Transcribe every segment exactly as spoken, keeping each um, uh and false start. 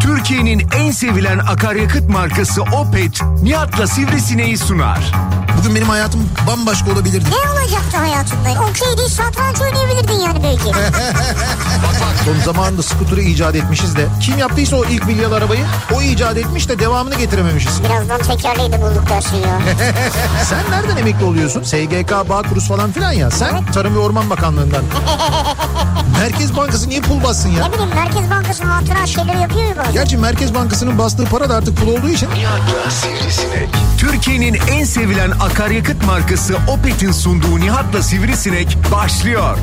Türkiye'nin en sevilen akaryakıt markası Opet, Nihat'la Sivrisineği sunar. Bugün benim hayatım bambaşka olabilirdi. Ne olacaktı hayatında? Okey değil, satranç oynayabilirdin yani belki. Son zamanında skuter'ı icat etmişiz de. Kim yaptıysa o ilk bilyalı arabayı o icat etmiş de devamını getirememişiz. Birazdan tekerleği de bulduk dersin ya. Sen nereden emekli oluyorsun? S G K, Bağkuruz falan filan ya. Sen evet. Tarım ve Orman Bakanlığı'ndan. Merkez Bankası niye pul bassın ya? Ne bileyim, Merkez Bankası'nın hatıra şeyleri yapıyor ya bazen. Gerçi Merkez Bankası'nın bastığı para da artık pul olduğu için. Nihat'la Sivrisinek. Türkiye'nin en sevilen akaryakıt markası Opet'in sunduğu Nihat'la Sivrisinek başlıyor.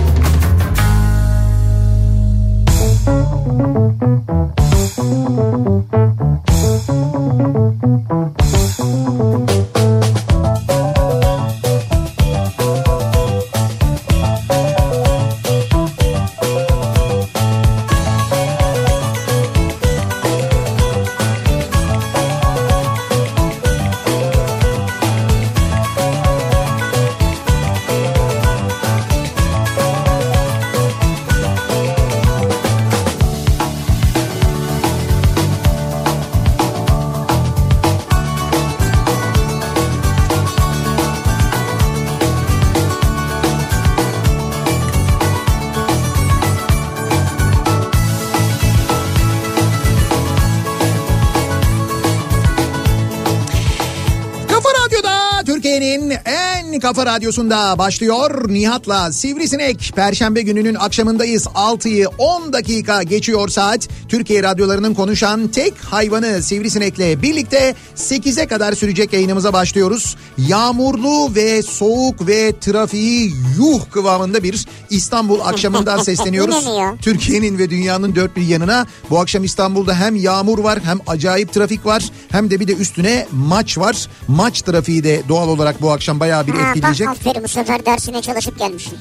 Kafa Radyosu'nda başlıyor Nihat'la Sivrisinek. Perşembe gününün akşamındayız. altıyı on dakika geçiyor saat. Türkiye radyolarının konuşan tek hayvanı Sivrisinek'le birlikte sekize kadar sürecek yayınımıza başlıyoruz. Yağmurlu ve soğuk ve trafiği yuh kıvamında bir İstanbul akşamından sesleniyoruz. Türkiye'nin ve dünyanın dört bir yanına. Bu akşam İstanbul'da hem yağmur var, hem acayip trafik var, hem de bir de üstüne maç var. Maç trafiği de doğal olarak bu akşam bayağı bir etkileyecek. Bak aferin, bu sefer dersine çalışıp gelmişsin.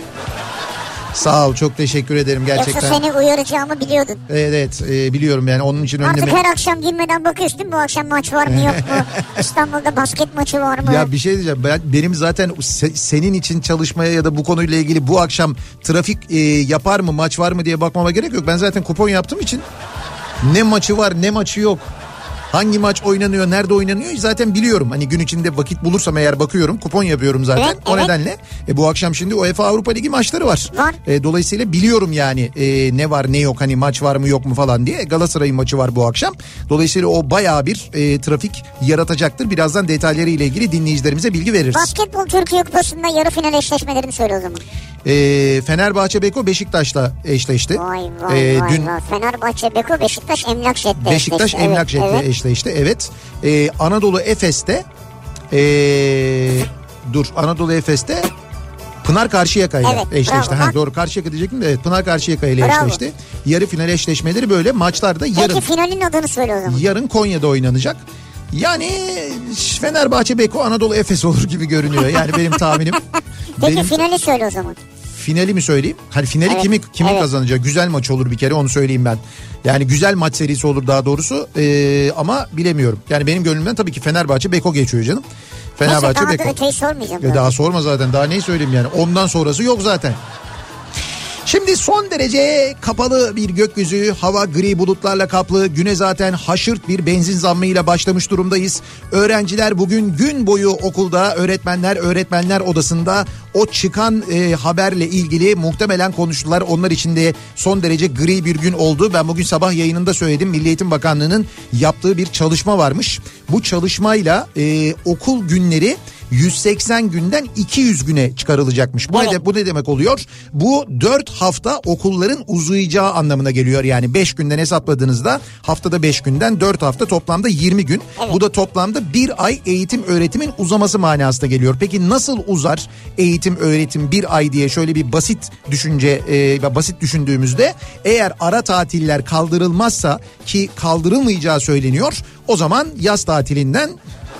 Sağ ol, çok teşekkür ederim gerçekten. Yoksa seni uyaracağımı biliyordun. Evet evet e, biliyorum yani, onun için Artık önlemi... her akşam girmeden bakıyorsun değil mi? Bu akşam maç var mı yok mu? İstanbul'da basket maçı var mı? Ya bir şey diyeceğim, ben, benim zaten se, senin için çalışmaya ya da bu konuyla ilgili bu akşam trafik e, yapar mı, maç var mı diye bakmama gerek yok. Ben zaten kupon yaptığım için ne maçı var ne maçı yok. Hangi maç oynanıyor, nerede oynanıyor zaten biliyorum. Hani gün içinde vakit bulursam eğer bakıyorum, kupon yapıyorum zaten. Evet, o evet. nedenle e, bu akşam şimdi UEFA Avrupa Ligi maçları var. Var. E, dolayısıyla biliyorum yani e, ne var ne yok, hani maç var mı yok mu falan diye. Galatasaray'ın maçı var bu akşam. Dolayısıyla o bayağı bir e, trafik yaratacaktır. Birazdan detayları ile ilgili dinleyicilerimize bilgi veririz. Basketbol Türkiye Kupası'nda yarı final eşleşmelerini söyle o zaman. E, Fenerbahçe Beko Beşiktaş'la eşleşti. Vay vay e, vay, dün... vay. Fenerbahçe Beko Beşiktaş Emlak Jet'te Beşiktaş eşleşti. Emlak evet, Jet'te evet. eşleşti. Evet. Ee, Anadolu Efes'te ee, dur Anadolu Efes'te Pınar Karşıyaka ile evet, eşleşti. Bravo, ha, doğru Karşıyaka diyecektim de evet, Pınar Karşıyaka ile eşleşti. Yarı final eşleşmeleri böyle maçlarda yarın. Peki finalin adını söyle o zaman. Yarın Konya'da oynanacak. Yani Fenerbahçe Beko Anadolu Efes olur gibi görünüyor. Yani benim tahminim. Peki benim... finali söyle o zaman. Finali mi söyleyeyim? Hani finali evet, kimi kimi evet. kazanacak? Güzel maç olur bir kere, onu söyleyeyim ben. Yani güzel maç serisi olur daha doğrusu. Ee, ama bilemiyorum. Yani benim gönlümden tabii ki Fenerbahçe Beko geçiyor canım. Fenerbahçe Neyse, Beko. daha da öteyi sormayacağım. E daha sorma zaten. Daha neyi söyleyeyim yani? Ondan sonrası yok zaten. Şimdi son derece kapalı bir gökyüzü, hava gri bulutlarla kaplı. Güne zaten haşırt bir benzin zammıyla başlamış durumdayız. Öğrenciler bugün gün boyu okulda, öğretmenler öğretmenler odasında o çıkan e, haberle ilgili muhtemelen konuştular. Onlar için de son derece gri bir gün oldu. Ben bugün sabah yayınında söyledim. Milli Eğitim Bakanlığı'nın yaptığı bir çalışma varmış. Bu çalışmayla e, okul günleri yüz seksen günden iki yüz güne çıkarılacakmış. Bu, evet. ne, de, bu ne demek oluyor? Bu dört hafta okulların uzayacağı anlamına geliyor. Yani beş günden hesapladığınızda haftada beş günden dört hafta, toplamda yirmi gün. Evet. Bu da toplamda bir ay eğitim öğretimin uzaması manasına geliyor. Peki nasıl uzar eğitim öğretim bir ay diye şöyle bir basit düşünce e, basit düşündüğümüzde, eğer ara tatiller kaldırılmazsa, ki kaldırılmayacağı söyleniyor, o zaman yaz tatilinden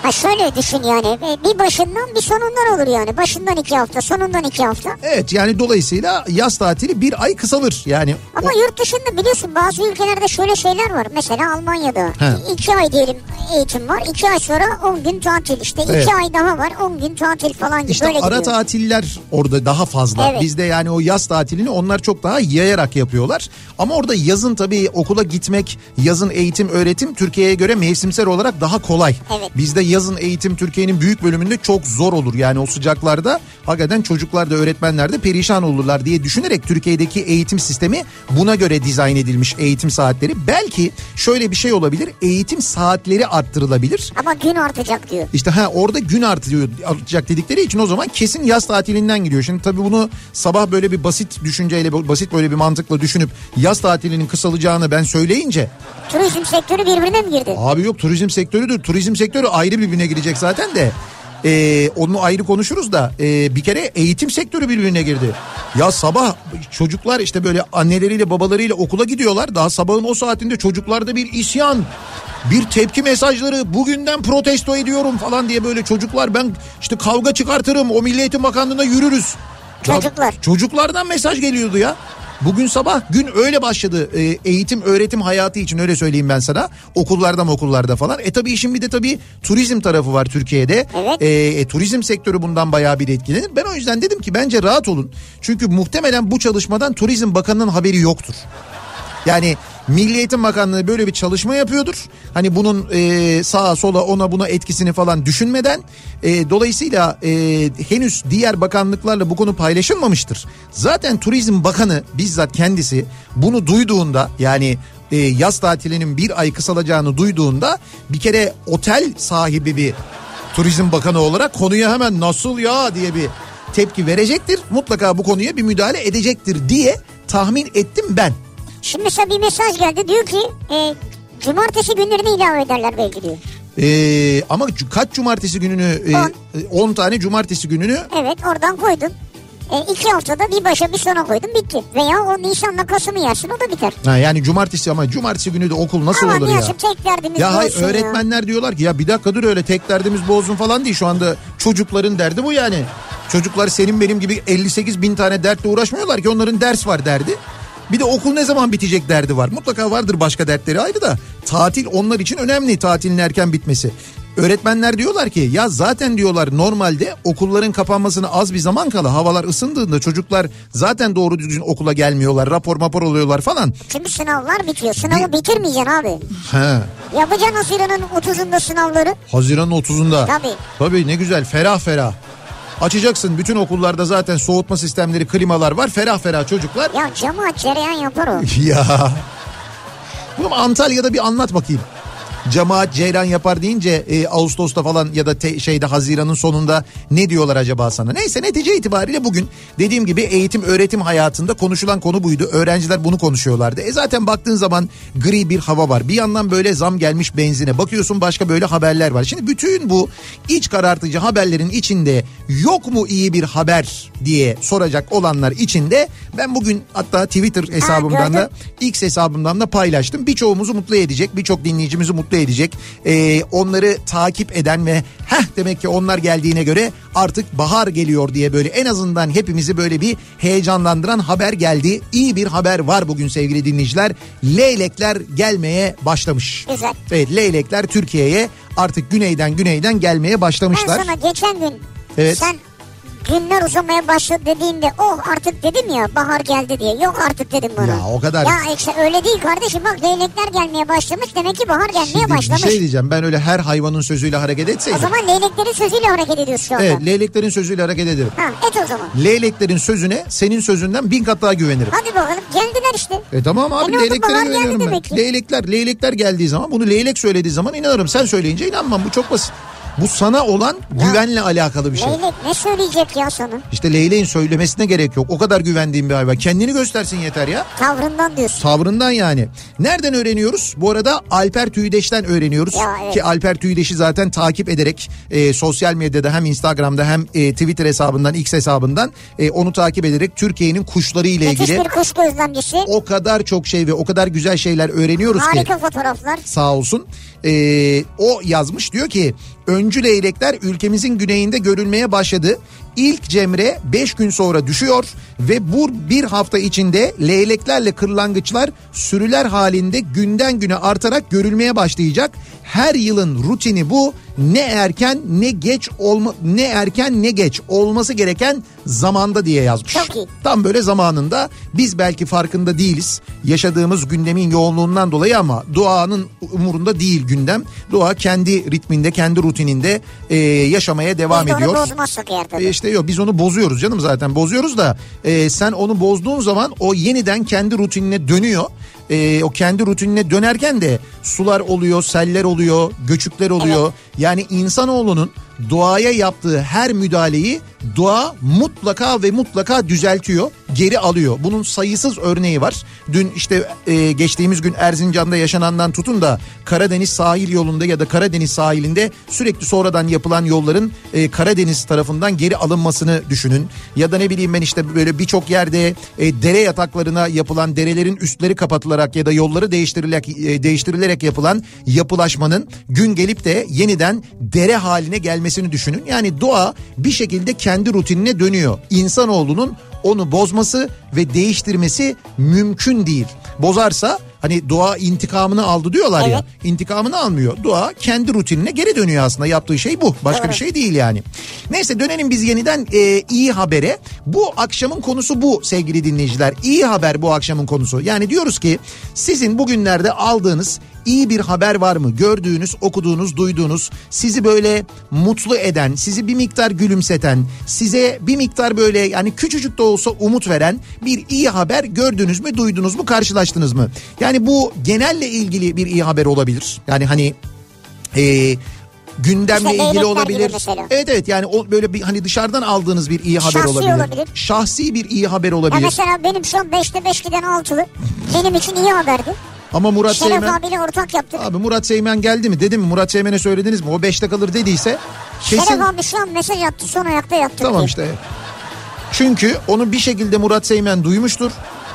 Ha şöyle düşün yani, bir başından bir sonundan olur yani. Başından iki hafta, sonundan iki hafta. Evet, yani dolayısıyla yaz tatili bir ay kısalır yani. Ama o... yurt dışında biliyorsun bazı ülkelerde şöyle şeyler var. Mesela Almanya'da He. iki ay diyelim eğitim var. iki ay sonra on gün tatil işte. Evet. iki ay daha var, on gün tatil falan gibi. İşte böyle ara gidiyor. Tatiller orada daha fazla. Evet. Bizde yani o yaz tatilini onlar çok daha yayarak yapıyorlar. Ama orada yazın tabii okula gitmek, yazın eğitim öğretim Türkiye'ye göre mevsimsel olarak daha kolay. Evet. Bizde yazın eğitim Türkiye'nin büyük bölümünde çok zor olur. Yani o sıcaklarda hakikaten çocuklar da öğretmenler de perişan olurlar diye düşünerek Türkiye'deki eğitim sistemi buna göre dizayn edilmiş eğitim saatleri. Belki şöyle bir şey olabilir, eğitim saatleri arttırılabilir. Ama gün artacak diyor. İşte ha orada gün artıyor, artacak dedikleri için o zaman kesin yaz tatilinden gidiyor. Şimdi tabii bunu sabah böyle bir basit düşünceyle, basit böyle bir mantıkla düşünüp yaz tatilinin kısalacağını ben söyleyince. Turizm sektörü birbirine mi girdi? Abi yok, turizm sektörüdür. Turizm sektörü ayrı birbirine girecek zaten de. Ee, onu ayrı konuşuruz da ee, bir kere eğitim sektörü birbirine girdi. Ya sabah çocuklar işte böyle anneleriyle babalarıyla okula gidiyorlar. Daha sabahın o saatinde çocuklarda bir isyan, bir tepki mesajları, bugünden protesto ediyorum falan diye böyle çocuklar, ben işte kavga çıkartırım, o Milli Eğitim Bakanlığı'na yürürüz. Çocuklar. Ya, çocuklardan mesaj geliyordu ya. Bugün sabah gün öyle başladı e, eğitim öğretim hayatı için, öyle söyleyeyim ben sana. Okullarda mı okullarda falan. E tabii işin bir de tabii turizm tarafı var Türkiye'de. Evet. E, e, turizm sektörü bundan bayağı bir etkilenir. Ben o yüzden dedim ki bence rahat olun. Çünkü muhtemelen bu çalışmadan Turizm Bakanı'nın haberi yoktur. Yani Milli Eğitim Bakanlığı böyle bir çalışma yapıyordur. Hani bunun e, sağa sola ona buna etkisini falan düşünmeden. E, dolayısıyla e, henüz diğer bakanlıklarla bu konu paylaşılmamıştır. Zaten Turizm Bakanı bizzat kendisi bunu duyduğunda, yani e, yaz tatilinin bir ay kısalacağını duyduğunda bir kere otel sahibi bir Turizm Bakanı olarak konuya hemen nasıl ya diye bir tepki verecektir. Mutlaka bu konuya bir müdahale edecektir diye tahmin ettim ben. Şimdi mesela bir mesaj geldi, diyor ki e, cumartesi günlerini ilave ederler belki diyor. Ee, ama kaç cumartesi gününü? on tane cumartesi gününü. Evet, oradan koydun. E, iki haftada bir başa bir sona koydum, bitti. Veya o Nisan'la Kasım'ı yersin, o da biter. Ha, yani cumartesi, ama cumartesi günü de okul nasıl ama olur ya? Ama tek derdimiz ya bu hayır, olsun öğretmenler ya. Diyorlar ki ya bir dakika dur, öyle tek derdimiz bu olsun falan değil. Şu anda çocukların derdi bu yani. Çocuklar senin benim gibi elli sekiz bin tane dertle uğraşmıyorlar ki, onların ders var derdi. Bir de okul ne zaman bitecek derdi var. Mutlaka vardır başka dertleri ayrı da. Tatil onlar için önemli, tatilin erken bitmesi. Öğretmenler diyorlar ki ya zaten diyorlar normalde okulların kapanmasına az bir zaman kala, havalar ısındığında çocuklar zaten doğru düzgün okula gelmiyorlar. Rapor mapor oluyorlar falan. Çünkü sınavlar bitiyor. Sınavı Bi- bitirmeyeceksin abi. He. Yapacaksın Haziran'ın otuzunda sınavları. Haziran'ın otuzunda. Tabii. Tabii, ne güzel, ferah ferah. Açacaksın, bütün okullarda zaten soğutma sistemleri, klimalar var, ferah ferah çocuklar. Ya cemaat cereyan yapar o. Ya. Bunu Antalya'da bir anlat bakayım. Cemaat ceyran yapar deyince e, Ağustos'ta falan ya da te, şeyde Haziran'ın sonunda ne diyorlar acaba sana? Neyse, netice itibariyle bugün dediğim gibi eğitim öğretim hayatında konuşulan konu buydu. Öğrenciler bunu konuşuyorlardı. E zaten baktığın zaman gri bir hava var. Bir yandan böyle zam gelmiş benzine. Bakıyorsun başka böyle haberler var. Şimdi bütün bu iç karartıcı haberlerin içinde yok mu iyi bir haber diye soracak olanlar içinde ben bugün hatta Twitter hesabımdan da X hesabımdan da paylaştım. Birçoğumuzu mutlu edecek, birçok dinleyicimizi mutlu edecek. Ee, onları takip eden ve heh demek ki onlar geldiğine göre artık bahar geliyor diye böyle en azından hepimizi böyle bir heyecanlandıran haber geldi. İyi bir haber var bugün sevgili dinleyiciler. Leylekler gelmeye başlamış. Güzel. Evet, leylekler Türkiye'ye artık güneyden güneyden gelmeye başlamışlar. Ben sana geçen gün evet. sen günler uzamaya başladı dediğinde oh artık dedim ya, bahar geldi diye. Yok artık dedim bana. Ya o kadar. Ya işte öyle değil kardeşim, bak leylekler gelmeye başlamış, demek ki bahar gelmeye Şimdi, başlamış. Bir şey diyeceğim, ben öyle her hayvanın sözüyle hareket etseydim. O zaman leyleklerin sözüyle hareket ediyorsun şu anda. Evet, leyleklerin sözüyle hareket ederim. Ha, et o zaman. Leyleklerin sözüne senin sözünden bin kat daha güvenirim. Hadi bakalım, geldiler işte. E tamam abi, e leyleklere güveniyorum ben. Leylekler, leylekler geldiği zaman, bunu leylek söylediği zaman inanırım. Sen söyleyince inanmam, bu çok basit. Bu sana olan ya, güvenle alakalı bir şey. Leylek ne söyleyecek ya sana? İşte leyleğin söylemesine gerek yok. O kadar güvendiğim bir hayvan. Kendini göstersin yeter ya. Tavrından diyorsun. Tavrından yani. Nereden öğreniyoruz? Bu arada Alper Tüydeş'ten öğreniyoruz. Ya, evet. Ki Alper Tüydeş'i zaten takip ederek e, sosyal medyada hem Instagram'da hem e, Twitter hesabından, X hesabından e, onu takip ederek Türkiye'nin kuşları ile ilgili. Müthiş bir kuş gözlemcisi. O kadar çok şey ve o kadar güzel şeyler öğreniyoruz Harika ki. Harika fotoğraflar. Sağ olsun. E, o yazmış, diyor ki önce Öncü leylekler ülkemizin güneyinde görülmeye başladı. İlk cemre beş gün sonra düşüyor ve bu bir hafta içinde leyleklerle kırlangıçlar sürüler halinde günden güne artarak görülmeye başlayacak. Her yılın rutini bu. Ne erken ne geç olma ne erken ne geç olması gereken zamanda diye yazmış. Çok iyi. Tam böyle zamanında, biz belki farkında değiliz yaşadığımız gündemin yoğunluğundan dolayı ama doğanın umurunda değil gündem. Doğa kendi ritminde, kendi rutininde e, yaşamaya devam biz ediyor. Biz onu bozmazsak eğer tabii. E işte yok, biz onu bozuyoruz canım, zaten bozuyoruz da e, sen onu bozduğun zaman o yeniden kendi rutinine dönüyor. E, o kendi rutinine dönerken de sular oluyor, seller oluyor, göçükler oluyor. Evet. Yani insanoğlunun doğaya yaptığı her müdahaleyi doğa mutlaka ve mutlaka düzeltiyor, geri alıyor. Bunun sayısız örneği var. Dün işte e, geçtiğimiz gün Erzincan'da yaşanandan tutun da Karadeniz sahil yolunda ya da Karadeniz sahilinde sürekli sonradan yapılan yolların e, Karadeniz tarafından geri alınmasını düşünün. Ya da ne bileyim ben işte böyle birçok yerde e, dere yataklarına yapılan, derelerin üstleri kapatılarak ya da yolları değiştirilerek, e, değiştirilerek yapılan yapılaşmanın gün gelip de yeniden dere haline gelmesini düşünün. Yani doğa bir şekilde kendi rutinine dönüyor. İnsanoğlunun onu bozması ve değiştirmesi mümkün değil. Bozarsa hani doğa intikamını aldı diyorlar evet. ya. İntikamını almıyor. Doğa kendi rutinine geri dönüyor aslında. Yaptığı şey bu. Başka evet. bir şey değil yani. Neyse, dönelim biz yeniden e, iyi habere. Bu akşamın konusu bu sevgili dinleyiciler. İyi haber bu akşamın konusu. Yani diyoruz ki sizin bugünlerde aldığınız İyi bir haber var mı? Gördüğünüz, okuduğunuz, duyduğunuz, sizi böyle mutlu eden, sizi bir miktar gülümseten, size bir miktar böyle yani küçücük de olsa umut veren bir iyi haber gördünüz mü, duydunuz mu, karşılaştınız mı? Yani bu genelle ilgili bir iyi haber olabilir. Yani hani e, gündemle işte ilgili olabilir. Evet evet, yani o böyle bir hani dışarıdan aldığınız bir iyi haber Şahsi olabilir. olabilir. Şahsi bir iyi haber olabilir. Ya mesela benim şu an beşte beş giden altılı benim için iyi haberdi. Ama Murat Şeref Seymen... abiyle ortak yaptık. Abi Murat Seymen geldi mi? Dedim mi? Murat Seymen'e söylediniz mi? O beşte kalır dediyse... Kesin... Şeref abi şu an mesaj attı. Son ayakta yaptık. Tamam diye. işte. Çünkü onu bir şekilde Murat Seymen duymuştur.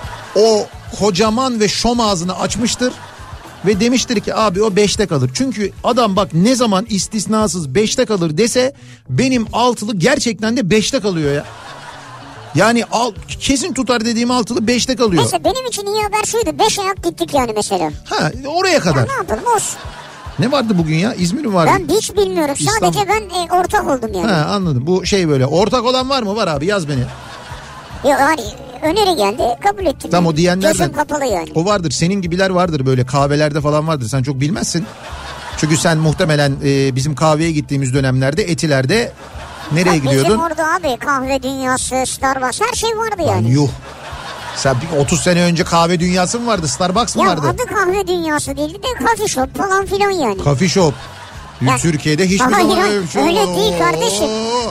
O kocaman ve şom ağzını açmıştır. Ve demiştir ki abi o beşte kalır. Çünkü adam bak ne zaman istisnasız beşte kalır dese benim altılı gerçekten de beşte kalıyor ya. Yani al, kesin tutar dediğim altılı beşte kalıyor. Neyse benim için iyi haber şuydu. Beş ayak gittik yani mesela. Ha oraya kadar. Ya ne yapalım olsun. Ne vardı bugün ya? İzmir mi vardı? Ben hiç bilmiyorum. İstanbul. Sadece ben e, ortak oldum yani. Ha anladım. Bu şey böyle ortak olan var mı? Var abi, yaz beni. Yok hani öneri geldi kabul ettim. Tamam o diyenlerden. Gözüm kapalı yani. O vardır. Senin gibiler vardır böyle kahvelerde falan vardır. Sen çok bilmezsin. Çünkü sen muhtemelen e, bizim kahveye gittiğimiz dönemlerde Etiler'de nereye Bak, gidiyordun? Bizim orada abi kahve dünyası, Starbucks her şey vardı yani. Lan yuh. Sen otuz sene önce kahve dünyası mı vardı? Starbucks mı ya vardı? Ya adı kahve dünyası değildi de coffee shop falan filan yani. Coffee shop. Ya, Türkiye'de hiçbir zaman öyle bir şey öyle değil kardeşim.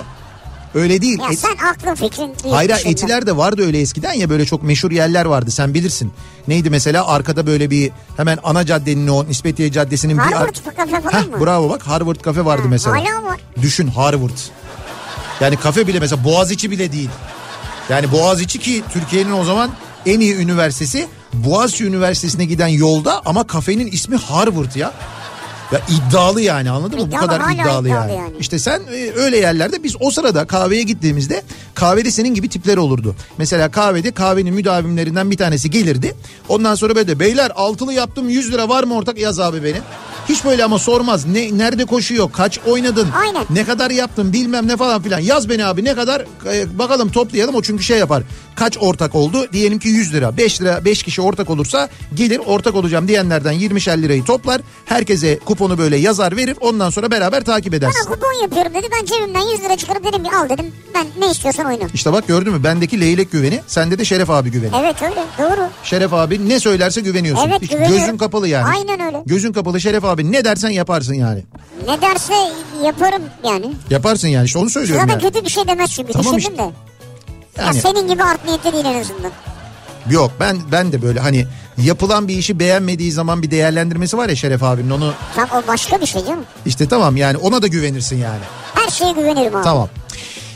Öyle değil. Ya Et... sen aklın fikrin değil. Hayır Etiler'de vardı öyle eskiden ya, böyle çok meşhur yerler vardı, sen bilirsin. Neydi mesela arkada böyle bir hemen ana caddenin o İspetiye Caddesi'nin Harvard bir... Harvard kafe falan Heh, mı? Bravo bak Harvard kafe vardı ha, mesela. Hala var. Düşün Harvard. Yani kafe bile mesela Boğaziçi bile değil. Yani Boğaziçi ki Türkiye'nin o zaman en iyi üniversitesi, Boğaziçi Üniversitesi'ne giden yolda ama kafenin ismi Harvard ya. Ya iddialı yani, anladın mı? İddialı, Bu kadar iddialı, iddialı yani. yani. İşte sen e, öyle yerlerde, biz o sırada kahveye gittiğimizde kahvede senin gibi tipler olurdu. Mesela kahvede kahvenin müdavimlerinden bir tanesi gelirdi. Ondan sonra böyle de beyler altılı yaptım yüz lira var mı ortak, yaz abi benim. Hiç böyle ama sormaz. Ne, nerede koşuyor? Kaç oynadın? Aynen. Ne kadar yaptın? Bilmem ne falan filan. Yaz beni abi ne kadar? E, bakalım toplayalım. O çünkü şey yapar. Kaç ortak oldu? Diyelim ki yüz lira. beş lira beş kişi ortak olursa gelir ortak olacağım diyenlerden yirmişer lirayı toplar. Herkese kuponu böyle yazar verir. Ondan sonra beraber takip edersin. Bana kupon yapıyorum dedi. Ben cebimden yüz lira çıkarıp dedim ki al dedim. Ben ne istiyorsan oyna. İşte bak gördün mü? Bendeki leylek güveni. Sende de Şeref abi güveni. Evet öyle doğru. Şeref abi ne söylerse güveniyorsun. Evet Hiç güveniyorum. gözün kapalı yani. Aynen öyle. Gözün kapalı Şeref abi ne dersen yaparsın yani. Ne derse yaparım yani. Yaparsın yani, işte onu söylüyorum. Zaten yani. kötü bir şey demez çünkü tamam düşündüm işte. de. Yani... Ya senin gibi art niyetli değil en azından. Yok ben ben de böyle hani yapılan bir işi beğenmediği zaman bir değerlendirmesi var ya Şeref abinin, onu... Tamam o başka bir şey canım. İşte tamam yani ona da güvenirsin yani. Her şeye güvenirim abi. Tamam.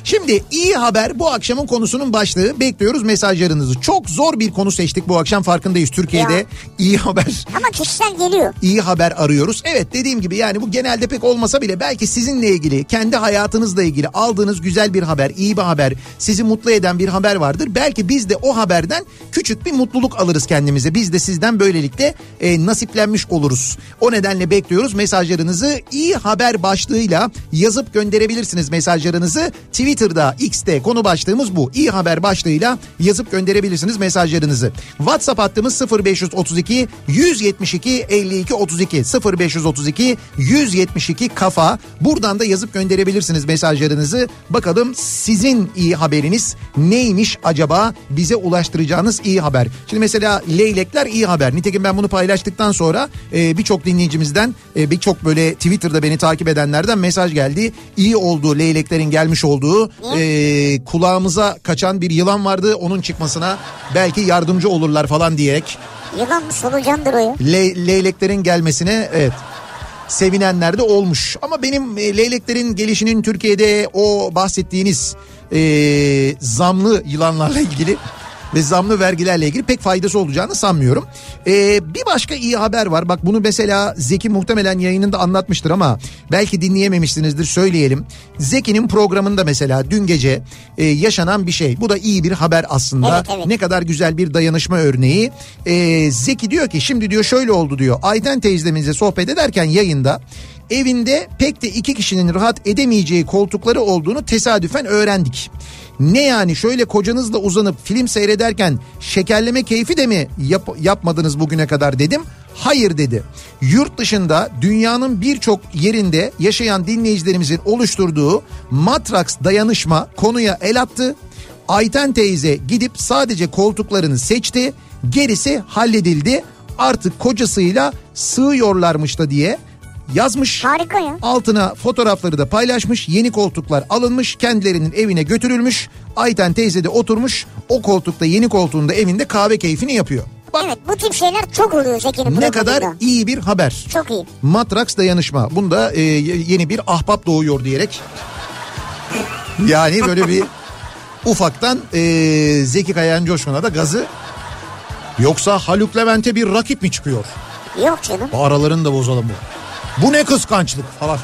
Şimdi iyi haber bu akşamın konusunun başlığı. Bekliyoruz mesajlarınızı. Çok zor bir konu seçtik bu akşam, farkındayız. Türkiye'de ya. iyi haber. Ama kişisel geliyor. İyi haber arıyoruz. Evet, dediğim gibi yani bu genelde pek olmasa bile belki sizinle ilgili, kendi hayatınızla ilgili aldığınız güzel bir haber, iyi bir haber, sizi mutlu eden bir haber vardır. Belki biz de o haberden küçük bir mutluluk alırız kendimize. Biz de sizden böylelikle e, nasiplenmiş oluruz. O nedenle bekliyoruz mesajlarınızı. İyi haber başlığıyla yazıp gönderebilirsiniz mesajlarınızı. Twitter'da, X'te konu başlığımız bu. İyi haber başlığıyla yazıp gönderebilirsiniz mesajlarınızı. WhatsApp hattımız sıfır beş otuz iki yüz yetmiş iki elli iki otuz iki sıfır beş otuz iki yüz yetmiş iki kafa. Buradan da yazıp gönderebilirsiniz mesajlarınızı. Bakalım sizin iyi haberiniz neymiş acaba, bize ulaştıracağınız iyi haber. Şimdi mesela leylekler iyi haber. Nitekim ben bunu paylaştıktan sonra e, birçok dinleyicimizden, e, birçok böyle Twitter'da beni takip edenlerden mesaj geldi. İyi olduğu, leyleklerin gelmiş olduğu, e, kulağımıza kaçan bir yılan vardı, onun çıkmasına belki yardımcı olurlar falan diyerek. Yılan mı, solucandır o ya. Le- leyleklerin gelmesine evet sevinenler de olmuş. Ama benim e, leyleklerin gelişinin Türkiye'de o bahsettiğiniz e, zamlı yılanlarla ilgili ve zamlı vergilerle ilgili pek faydası olacağını sanmıyorum. Ee, bir başka iyi haber var. Bak bunu mesela Zeki muhtemelen yayınında anlatmıştır ama belki dinleyememişsinizdir, söyleyelim. Zeki'nin programında mesela dün gece e, yaşanan bir şey. Bu da iyi bir haber aslında. Evet, evet. Ne kadar güzel bir dayanışma örneği. Ee, Zeki diyor ki şimdi diyor şöyle oldu diyor. Ayten teyzemizle sohbet ederken yayında evinde pek de iki kişinin rahat edemeyeceği koltukları olduğunu tesadüfen öğrendik. Ne yani, şöyle kocanızla uzanıp film seyrederken şekerleme keyfi de mi yap- yapmadınız bugüne kadar dedim. Hayır dedi. Yurt dışında dünyanın birçok yerinde yaşayan dinleyicilerimizin oluşturduğu matraks dayanışma konuya el attı. Ayten teyze gidip sadece koltuklarını seçti. Gerisi halledildi. Artık kocasıyla sığıyorlarmış da diye yazmış. Harika ya. Altına fotoğrafları da paylaşmış. Yeni koltuklar alınmış, kendilerinin evine götürülmüş. Ayten teyze de oturmuş o koltukta, yeni koltuğunda evinde kahve keyfini yapıyor. Bak, evet, bu tip şeyler çok oluyor Zeki'nin ne kadar iyi bir haber. Çok iyi. Matraks dayanışma. Bunda e, yeni bir ahbap doğuyor diyerek. Yani böyle bir ufaktan e, Zeki Kayan Coşkun'a da gazı. Yoksa Haluk Levent'e bir rakip mi çıkıyor? Yok canım. Aralarını da bozalım bu. Bu ne kıskançlık falan.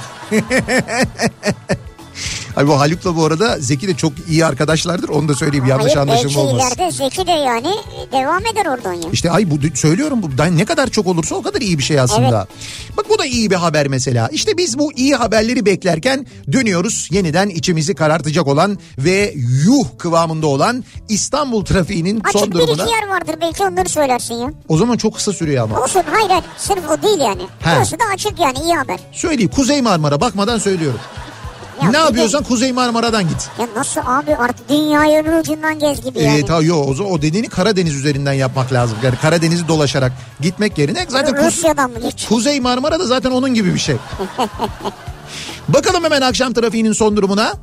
Ay bu Haluk'la bu arada Zeki de çok iyi arkadaşlardır. Onu da söyleyeyim, yanlış Hayır, anlaşılma olmaz. Belki ileride Zeki de yani devam eder oradan ya. İşte ay bu söylüyorum, bu ne kadar çok olursa o kadar iyi bir şey aslında. Evet. Bak bu da iyi bir haber mesela. İşte biz bu iyi haberleri beklerken dönüyoruz yeniden içimizi karartacak olan ve yuh kıvamında olan İstanbul trafiğinin Açık son durumuna. Açık bir iki yer vardır, belki onları söylersin ya. O zaman çok kısa sürüyor ama. Olsun, hayır hayır, sırf o değil yani. He. Burası da açık yani, iyi haber. Söyleyeyim, Kuzey Marmara, bakmadan söylüyorum. Ya ne yapıyorsan de, Kuzey Marmara'dan git. Ya nasıl abi, artık dünyayı öbür ucundan gez gibi yani. Evet, ta, yo, o, o dediğini Karadeniz üzerinden yapmak lazım. Yani Karadeniz'i dolaşarak gitmek yerine zaten Rusya'dan mı geç? Kuzey Marmara da zaten onun gibi bir şey. Bakalım hemen akşam trafiğinin son durumuna.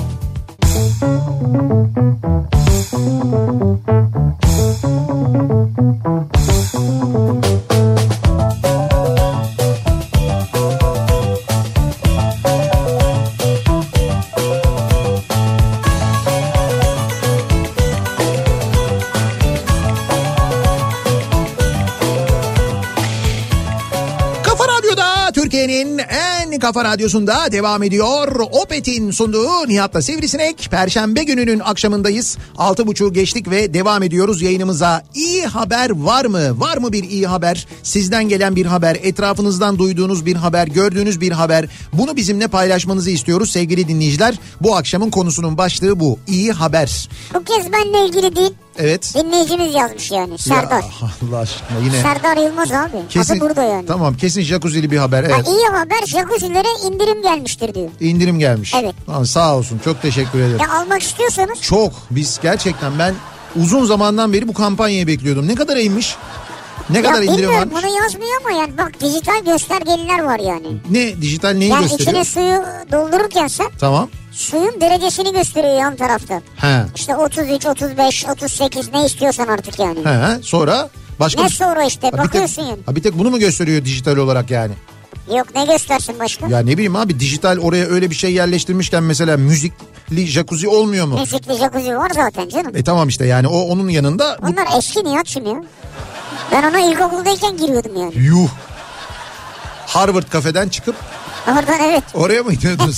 Türkiye'nin en kafa radyosunda devam ediyor. Opet'in sunduğu Nihat'la Sivrisinek. Perşembe gününün akşamındayız. Altı buçuğu geçtik ve devam ediyoruz yayınımıza. İyi haber var mı? Var mı bir iyi haber? Sizden gelen bir haber, etrafınızdan duyduğunuz bir haber, gördüğünüz bir haber. Bunu bizimle paylaşmanızı istiyoruz sevgili dinleyiciler. Bu akşamın konusunun başlığı bu. İyi haber. Bu kez benimle ilgili değil. Evet. Dinleyicimiz yazmış yani, Serdar. Ya Allah aşkına yine. Serdar Yılmaz abi. Kesin, adı burada yani. Tamam, kesin jacuzzi'li bir haber. Evet. Ha, iyi haber, jacuzzi'lere indirim gelmiştir diyor. İndirim gelmiş. Evet. Tamam, sağ olsun, çok teşekkür ederim. Ya almak istiyorsanız. Çok, biz gerçekten ben uzun zamandan beri bu kampanyayı bekliyordum. Ne kadar iyiymiş? Ne ya kadar indirim varmış? Bunu yazmıyor ama yani bak, dijital göstergeliler var yani. Ne dijital, neyi yani gösteriyor? Yani içine suyu doldururken sen. Tamam. Suyun derecesini gösteriyor yan tarafta. He. İşte otuz üç, otuz beş, otuz sekiz ne istiyorsan artık yani. He, sonra başka. Ne sonra işte ha, bakıyorsun tek, yani. Ha, bir tek bunu mu gösteriyor dijital olarak yani? Yok, ne göstersin başka? Ya ne bileyim abi, dijital oraya öyle bir şey yerleştirmişken mesela müzikli jacuzzi olmuyor mu? Müzikli jacuzzi var zaten canım. E tamam işte yani o onun yanında. Bunlar bu... eski Nihat'cığım ya. Ben ona ilkokuldayken giriyordum yani. Yuh. Harvard kafeden çıkıp. Oradan evet. Oraya mı gidiyordunuz?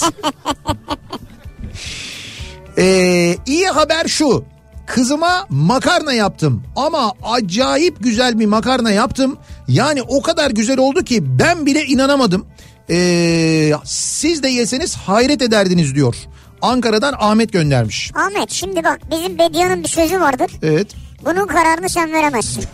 ee, iyi haber şu. Kızıma makarna yaptım ama acayip güzel bir makarna yaptım. Yani o kadar güzel oldu ki ben bile inanamadım. Ee, siz de yeseniz hayret ederdiniz diyor. Ankara'dan Ahmet göndermiş. Ahmet, şimdi bak, bizim Bediye'nin bir sözü vardır. Evet. Bunun kararını sen veremezsin.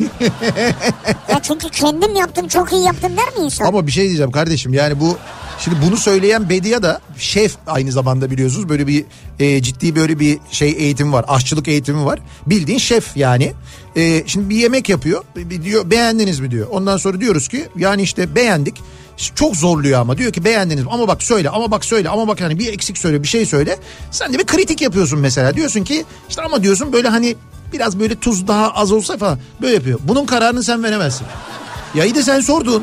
Ya çünkü kendim yaptım, çok iyi yaptım der mi insan? Ama bir şey diyeceğim kardeşim, yani bu şimdi bunu söyleyen Bediye da şef aynı zamanda, biliyorsunuz böyle bir e, ciddi böyle bir şey eğitimi var, aşçılık eğitimi var, bildiğin şef yani. E, şimdi bir yemek yapıyor, bir diyor beğendiniz mi diyor, ondan sonra diyoruz ki yani işte beğendik. Çok zorluyor ama, diyor ki beğendiniz mi? Ama bak söyle, ama bak söyle, ama bak hani bir eksik söyle, bir şey söyle. Sen de bir kritik yapıyorsun mesela, diyorsun ki işte ama diyorsun böyle hani biraz böyle tuz daha az olsa falan, böyle yapıyor. Bunun kararını sen veremezsin. Ya iyi de sen sordun.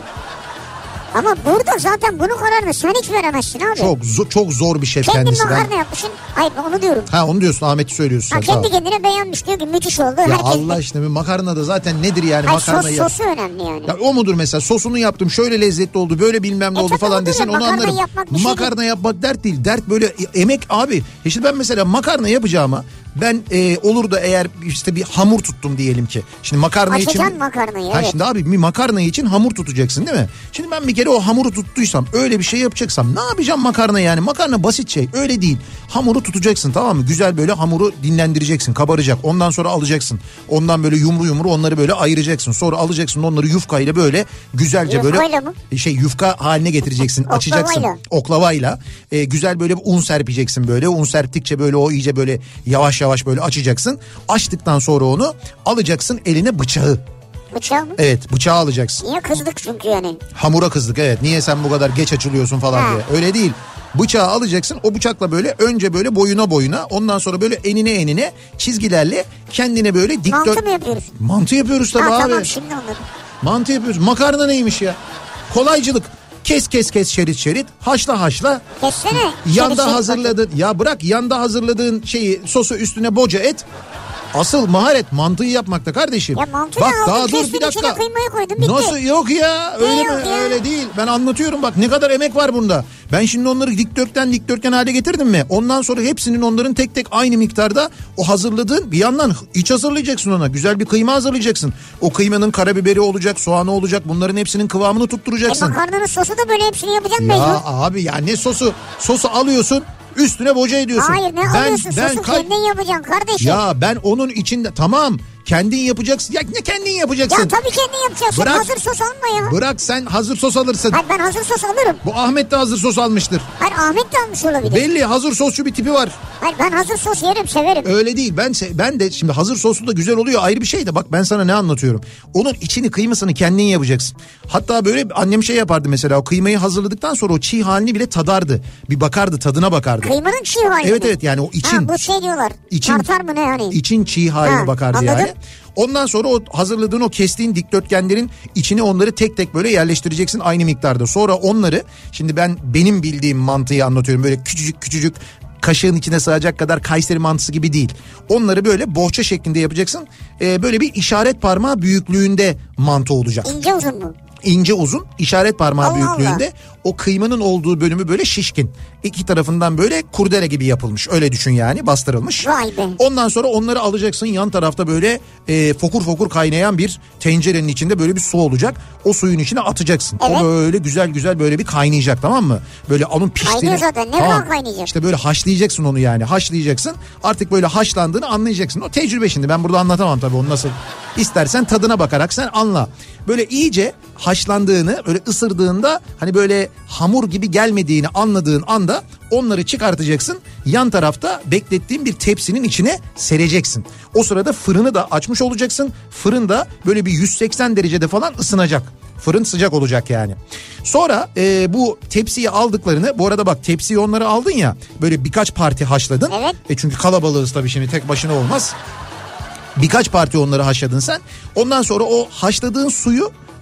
Ama burada zaten bunun kararını sen hiç veremezsin abi. Çok zor, çok zor bir şef kendin kendisi. Kendin makarna yapmışsın. Hayır, onu diyorum. Ha, onu diyorsun, Ahmet'i söylüyorsun. Ha, sen, kendi kendine beğenmiş, diyor ki müthiş oldu. Ya herkes Allah de... aşkına, bir makarna da zaten nedir yani? Hayır, makarna sos, yap... sosu önemli yani. Ya o mudur mesela, sosunu yaptım şöyle lezzetli oldu, böyle bilmem ne e, oldu falan desen onu anlarım. Yapmak makarna şey yapmak dert değil. Dert böyle emek abi. E şimdi ben mesela makarna yapacağıma ben e, olur da eğer işte bir hamur tuttum diyelim ki. Şimdi makarna Açacaksın için. makarnayı, ha evet. Şimdi abi bir makarna için hamur tutacaksın değil mi? Şimdi ben bir kere o hamuru tuttuysam, öyle bir şey yapacaksam ne yapacağım makarna yani? Makarna basit şey, öyle değil. Hamuru tutacaksın, tamam mı? Güzel böyle hamuru dinlendireceksin, kabaracak. Ondan sonra alacaksın. Ondan böyle yumru yumru onları böyle ayıracaksın. Sonra alacaksın onları yufkayla böyle güzelce böyle. Yufkayla mı? Şey, yufka haline getireceksin. Açacaksın. Oklavayla. Oklavayla. E, güzel böyle un serpeceksin böyle. Un serptikçe böyle o iyice böyle yavaş yavaş böyle açacaksın. Açtıktan sonra onu alacaksın eline bıçağı. Bıçağı mı? Evet, bıçağı alacaksın. Niye kızdık çünkü yani? Hamura kızdık, evet. Niye sen bu kadar geç açılıyorsun falan ha. diye. Öyle değil. Bıçağı alacaksın, o bıçakla böyle önce böyle boyuna boyuna, ondan sonra böyle enine enine çizgilerle kendine böyle dikdört... Mantı mı yapıyoruz? Mantı yapıyoruz tabii ha, abi. Tamam, şimdi anladım. Mantı yapıyoruz. Makarna neymiş ya? Kolaycılık. Kes kes kes şerit şerit, haşla haşla. Kessene. Yanda şerit hazırladığın şerit ya bırak yanda hazırladığın şeyi, sosu üstüne boca et. Asıl maharet mantıyı yapmakta kardeşim. Ya mantı bak ne daha aldın, dur bir dakika. Kıymayı koydum, bitti. Nasıl yok ya? Öyle mi? Ya? Öyle değil. Ben anlatıyorum bak, ne kadar emek var bunda. Ben şimdi onları dikdörtgen dikdörtgen hale getirdim mi? Ondan sonra hepsinin onların tek tek aynı miktarda o hazırladığın, bir yandan iç hazırlayacaksın ona. Güzel bir kıyma hazırlayacaksın. O kıymanın karabiberi olacak, soğanı olacak. Bunların hepsinin kıvamını tutturacaksın. E makarnanın sosu da böyle hepsini yapacaksın ya mecbur. Ya abi ya ne sosu? Sosu alıyorsun. Üstüne boca ediyorsun. Hayır, ne ben, alıyorsun ben, sosu kay... kendin yapacaksın kardeşim. Ya ben onun içinde tamam kendin yapacaksın. Ya ne kendin yapacaksın? Ya tabii kendin yapacaksın. Bırak, hazır sos alma ya. Bırak sen hazır sos alırsın. Hayır, ben hazır sos alırım. Bu Ahmet de hazır sos almıştır. Hayır, Ahmet de almış olabilir. Belli, hazır sosçu bir tipi var. Hayır, ben hazır sos yerim, severim. Öyle değil, ben ben de şimdi hazır soslu da güzel oluyor, ayrı bir şey de bak ben sana ne anlatıyorum. Onun içini, kıymasını kendin yapacaksın. Hatta böyle annem şey yapardı mesela, o kıymayı hazırladıktan sonra o çiğ halini bile tadardı. Bir bakardı, tadına bakardı. Kıymanın çiğ halini. Evet evet yani o için. Ha, bu şey diyorlar. İçin, tartar mı ne yani? İçin çiğ haline ha, bakardı anladım. Yani. Ondan sonra o hazırladığın o kestiğin dikdörtgenlerin içine onları tek tek böyle yerleştireceksin aynı miktarda. Sonra onları, şimdi ben benim bildiğim mantıyı anlatıyorum, böyle küçücük küçücük kaşığın içine sığacak kadar Kayseri mantısı gibi değil. Onları böyle bohça şeklinde yapacaksın. Ee, böyle bir işaret parmağı büyüklüğünde mantı olacak. İnce uzun mu? İnce uzun, işaret parmağı Allah büyüklüğünde. Allah. O kıymanın olduğu bölümü böyle şişkin. İki tarafından böyle kurdele gibi yapılmış. Öyle düşün yani, bastırılmış. Vay be. Ondan sonra onları alacaksın, yan tarafta böyle e, fokur fokur kaynayan bir tencerenin içinde böyle bir su olacak. O suyun içine atacaksın. Evet. O böyle güzel güzel böyle bir kaynayacak, tamam mı? Böyle onun piştiğini. Kaynıyor zaten, ne tamam. kadar kaynayacak? İşte böyle haşlayacaksın onu yani, haşlayacaksın. Artık böyle haşlandığını anlayacaksın. O tecrübe, şimdi ben burada anlatamam tabii onu nasıl. İstersen tadına bakarak sen anla. Böyle iyice haşlandığını, böyle ısırdığında hani böyle hamur gibi gelmediğini anladığın anda onları çıkartacaksın. Yan tarafta beklettiğin bir tepsinin içine sereceksin. O sırada fırını da açmış olacaksın. Fırın da böyle bir yüz seksen derecede falan ısınacak. Fırın sıcak olacak yani. Sonra e, bu tepsiyi aldıklarını, bu arada bak tepsiyi onları aldın ya, böyle birkaç parti haşladın. Evet. E çünkü kalabalığız tabii, şimdi tek başına olmaz. Birkaç parti onları haşladın sen. Ondan sonra o haşladığın suyu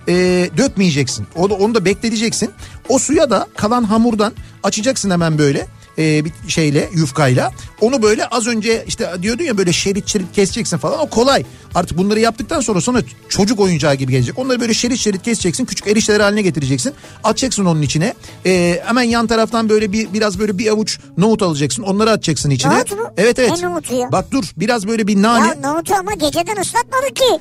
e, dökmeyeceksin. O da, onu da bekleteceksin. O suya da kalan hamurdan açacaksın hemen böyle. E, bir şeyle, yufkayla onu böyle az önce işte diyordun ya böyle şerit şerit keseceksin falan, o kolay. Artık bunları yaptıktan sonra sonra çocuk oyuncağı gibi gelecek. Onları böyle şerit şerit keseceksin, küçük erişteler haline getireceksin, atacaksın onun içine. E, hemen yan taraftan böyle bir biraz böyle bir avuç nohut alacaksın, onları atacaksın içine. Nohut mu? Evet evet. Ne nohutu ya? Bak dur, biraz böyle bir nane. Ya nohutu ama geceden ıslatmadık ki.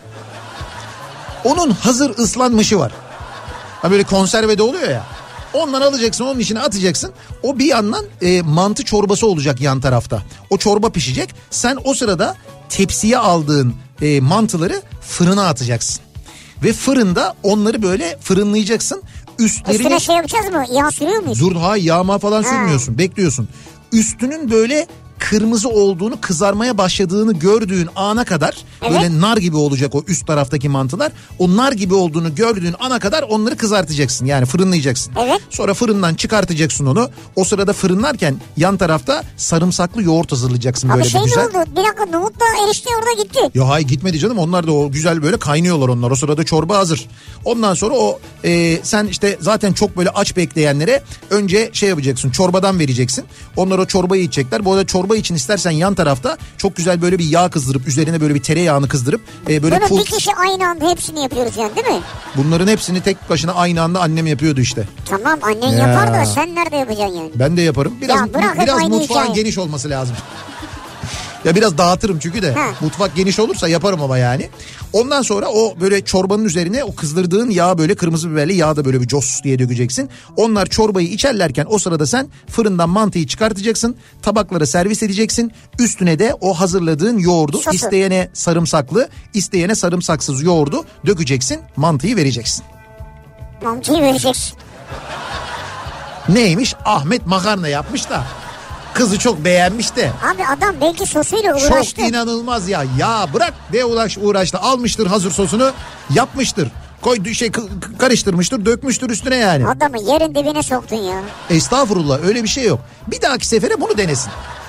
Onun hazır ıslanmışı var. Ha böyle konservede oluyor ya. Ondan alacaksın, onun içine atacaksın. O bir yandan e, mantı çorbası olacak yan tarafta. O çorba pişecek. Sen o sırada tepsiye aldığın e, mantıları fırına atacaksın. Ve fırında onları böyle fırınlayacaksın. Üstlerine... Üstüne şey yapacağız mı? Yağ sürüyor muyuz? Dur, ha yağma falan ha. sürmüyorsun. Bekliyorsun. Üstünün böyle kırmızı olduğunu, kızarmaya başladığını gördüğün ana kadar, evet, böyle nar gibi olacak o üst taraftaki mantılar. O nar gibi olduğunu gördüğün ana kadar onları kızartacaksın. Yani fırınlayacaksın. Evet. Sonra fırından çıkartacaksın onu. O sırada fırınlarken yan tarafta sarımsaklı yoğurt hazırlayacaksın. Abi böyle şey bir güzel. oldu? Bir dakika, nohutla erişte orada gitti. Ya hayır, gitmedi canım. Onlar da o güzel böyle kaynıyorlar onlar. O sırada çorba hazır. Ondan sonra o e, sen işte zaten çok böyle aç bekleyenlere önce şey yapacaksın. Çorbadan vereceksin. Onlar o çorbayı içecekler. Bu arada çorba için istersen yan tarafta çok güzel böyle bir yağ kızdırıp üzerine böyle bir tereyağını kızdırıp e, böyle Bunu pul... bir kişi aynı anda hepsini yapıyoruz yani, değil mi? Bunların hepsini tek başına aynı anda annem yapıyordu işte. Tamam, annen ya. yapar da sen nerede yapacaksın yani? Ben de yaparım. Biraz ya biraz mutfağın hikaye. geniş olması lazım. Ya biraz dağıtırım çünkü de. Ha. Mutfak geniş olursa yaparım ama yani. Ondan sonra o böyle çorbanın üzerine o kızdırdığın yağ, böyle kırmızı biberli yağ da böyle bir cos diye dökeceksin. Onlar çorbayı içerlerken o sırada sen fırından mantıyı çıkartacaksın. Tabaklara servis edeceksin. Üstüne de o hazırladığın yoğurdu, sosu, isteyene sarımsaklı, isteyene sarımsaksız yoğurdu dökeceksin. Mantıyı vereceksin. Mantıyı vereceksin. Neymiş? Ahmet makarna yapmış da kızı çok beğenmiş de. Abi adam belki sosuyla uğraştı. Çok inanılmaz ya. Ya bırak ne uğraş uğraştı. Almıştır hazır sosunu, yapmıştır. Koydu şey karıştırmıştır, dökmüştür üstüne yani. Adamı yerin dibine soktun ya. Estağfurullah, öyle bir şey yok. Bir dahaki sefere bunu denesin.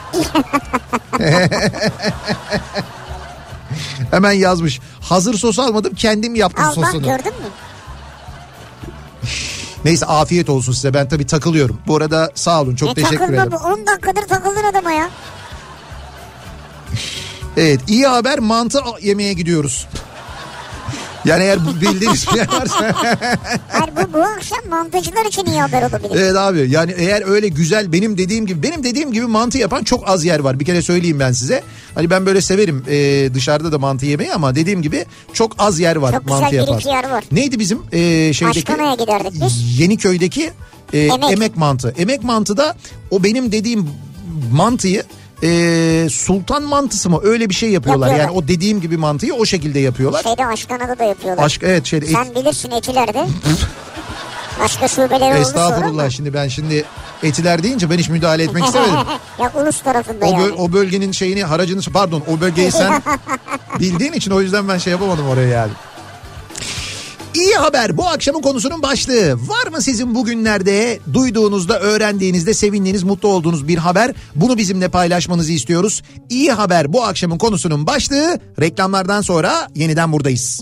Hemen yazmış. Hazır sos almadım, kendim yaptım Al, sosunu. Al bak, gördün mü? Neyse, afiyet olsun size, ben tabii takılıyorum. Bu arada sağ olun, çok ne teşekkür ederim. Bu on dakikadır takıldın adama ya. Evet, iyi haber, mantı yemeye gidiyoruz. Yani eğer bildiğiniz bir yer varsa. Hayır, bu, bu akşam mantıcılar için iyi haber olabilir. Evet abi, yani eğer öyle güzel benim dediğim gibi benim dediğim gibi mantı yapan çok az yer var. Bir kere söyleyeyim ben size. Hani ben böyle severim e, dışarıda da mantı yemeyi ama dediğim gibi çok az yer var çok mantı yapan. Çok güzel bir iki yer var. Neydi bizim e, şeydeki? Aşkana'ya giderdik biz. Yeniköy'deki e, emek. emek mantı. Emek mantıda o benim dediğim mantıyı Ee, sultan mantısı mı öyle bir şey yapıyorlar. yapıyorlar. Yani o dediğim gibi mantıyı o şekilde yapıyorlar. Şeyde Aşkana'da da yapıyorlar. Aşk, evet şeyde. Sen et... bilirsin Etiler'de. Başka şubeleri oldu sonra. Estağfurullah, şimdi ben şimdi Etiler deyince ben hiç müdahale etmek istemedim. Ya Ulus tarafında o yani. Böl, o bölgenin şeyini, haracını, pardon o bölgeyi sen bildiğin için o yüzden ben şey yapamadım oraya yani. İyi haber bu akşamın konusunun başlığı. Var mı sizin bugünlerde duyduğunuzda, öğrendiğinizde sevindiğiniz, mutlu olduğunuz bir haber? Bunu bizimle paylaşmanızı istiyoruz. İyi haber bu akşamın konusunun başlığı. Reklamlardan sonra yeniden buradayız.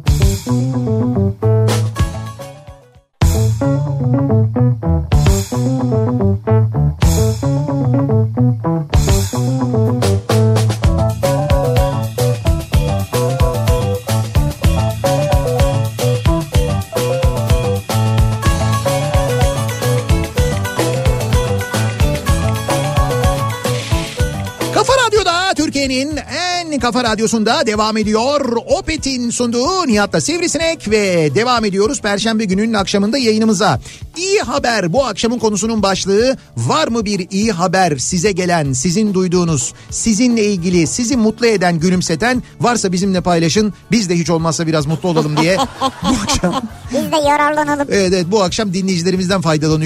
En Kafa Radyosu'nda devam ediyor. Opet'in sunduğu Nihat'la Sivrisinek ve devam ediyoruz Perşembe gününün akşamında yayınımıza. İyi haber bu akşamın konusunun başlığı. Var mı bir iyi haber size gelen, sizin duyduğunuz, sizinle ilgili, sizi mutlu eden, gülümseten varsa bizimle paylaşın. Biz de hiç olmazsa biraz mutlu olalım diye bu akşam. Biz de yararlanalım. Evet evet, bu akşam dinleyicilerimizden faydalanıyoruz.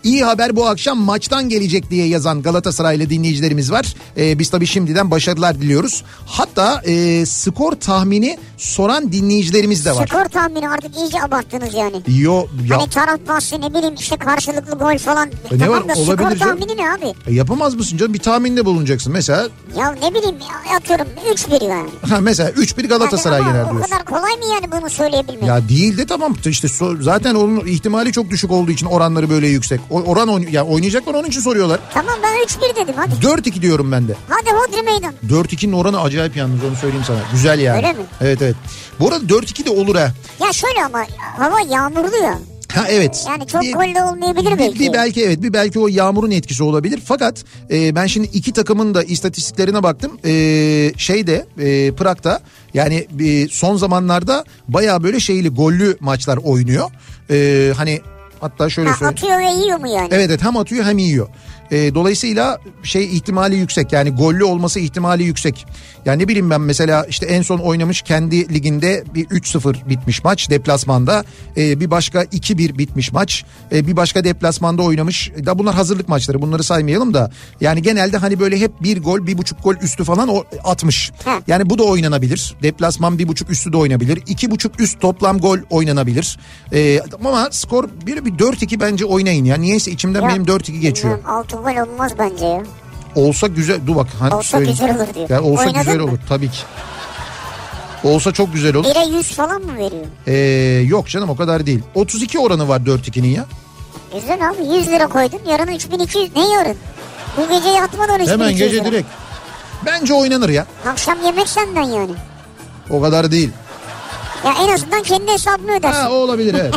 İyi haber bu akşam maçtan gelecek diye yazan Galatasaraylı dinleyicilerimiz var. Ee, biz tabii şimdiden başarılar diliyoruz. Hatta e, skor tahmini soran dinleyicilerimiz de var. Skor tahmini artık iyice abarttınız yani. Yo, ya... Hani taraf bahsi ne bileyim işte karşılıklı gol falan. E ne tamam var? da Olabilir skor canım. tahmini ne abi? E yapamaz mısın canım? Bir tahminde bulunacaksın mesela. Ya ne bileyim atıyorum üç bir yani. Ha mesela üç bir Galatasaray yani yener o diyorsun. O kadar kolay mı yani bunu söyleyebilmek? Ya değil de tamam işte so- zaten onun ihtimali çok düşük olduğu için oranları böyle yüksek. O- oran oyn- ya oynayacaklar onun için soruyorlar. Tamam ben üç bir dedim hadi. dört iki diyorum ben de. Hadi hodri meydan. dört ikinin oranı acayip yalnız onu söyleyeyim sana. Güzel yani. Öyle mi? Evet evet. Bu arada dört iki de olur ha. Ya şöyle ama hava yağmurlu ya. Ha evet. Yani çok bir, gollü olmayabilir bir, belki. Bir belki evet bir belki o yağmurun etkisi olabilir. Fakat e, ben şimdi iki takımın da istatistiklerine baktım. E, şeyde e, Prag'da yani e, son zamanlarda bayağı böyle şeyli gollü maçlar oynuyor. E, hani hatta şöyle ha, söyleyeyim. Atıyor ve yiyor mu yani? Evet evet hem atıyor hem yiyor. E, dolayısıyla şey ihtimali yüksek yani gollü olması ihtimali yüksek. Yani ne bileyim ben mesela işte en son oynamış kendi liginde bir üç sıfır bitmiş maç deplasmanda. E, bir başka iki bir bitmiş maç. E, bir başka deplasmanda oynamış. Da bunlar hazırlık maçları bunları saymayalım da. Yani genelde hani böyle hep bir gol bir buçuk gol üstü falan o, atmış. Heh. Yani bu da oynanabilir. Deplasman bir buçuk üstü de oynanabilir. İki buçuk üst toplam gol oynanabilir. E, ama skor bir, bir dört iki bence oynayın ya. Niyeyse içimden Ya, benim dört iki geçiyor. altı gol olmaz bence ya. Olsa güzel. Dur bak. Hani olsa söyleyeyim. güzel olur diyor. Yani olsa Oynadın güzel mı? olur tabii ki. Olsa çok güzel olur. bire yüz falan mı veriyor? Ee, yok canım o kadar değil. otuz iki oranı var dört ikinin ya. Güzel abi yüz lira koydun yarın üç bin iki yüz ne yarın? Bu gece yatmadan üç bin iki yüz Hemen gece lira. direkt. Bence oynanır ya. Akşam yemek senden yani. O kadar değil. Ya en azından kendi hesabını ödersin. Ha o olabilir evet.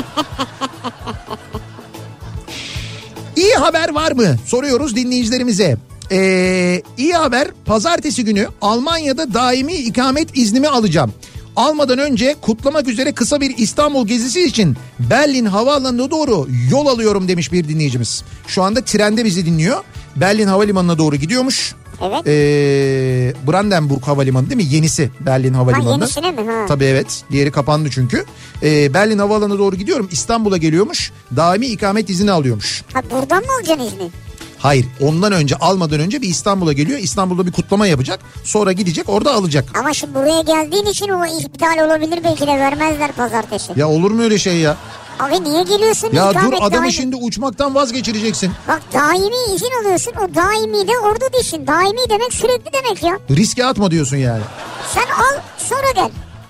İyi haber var mı? Soruyoruz dinleyicilerimize. Ee, iyi haber pazartesi günü Almanya'da daimi ikamet iznimi alacağım. Almadan önce kutlamak üzere kısa bir İstanbul gezisi için Berlin Havaalanı'na doğru yol alıyorum demiş bir dinleyicimiz. Şu anda trende bizi dinliyor. Berlin Havalimanı'na doğru gidiyormuş. Evet. Ee, Brandenburg Havalimanı değil mi? Yenisi Berlin Havalimanı. Ha yenisine mi? Ha. Tabii evet. Diğeri kapandı çünkü. Ee, Berlin Havaalanı'na doğru gidiyorum. İstanbul'a geliyormuş. Daimi ikamet izni alıyormuş. Ha buradan mı alacaksın izni? Hayır ondan önce almadan önce bir İstanbul'a geliyor. İstanbul'da bir kutlama yapacak. Sonra gidecek orada alacak. Ama şimdi buraya geldiğin için o iptal olabilir belki de vermezler pazartesi. Ya olur mu öyle şey ya? Abi niye geliyorsun? Ya dur İkamet adamı daimi. şimdi uçmaktan vazgeçireceksin. Bak daimi izin alıyorsun o daimi de orada değilsin. Daimi demek sürekli demek ya. Riske atma diyorsun yani. Sen al sonra gel.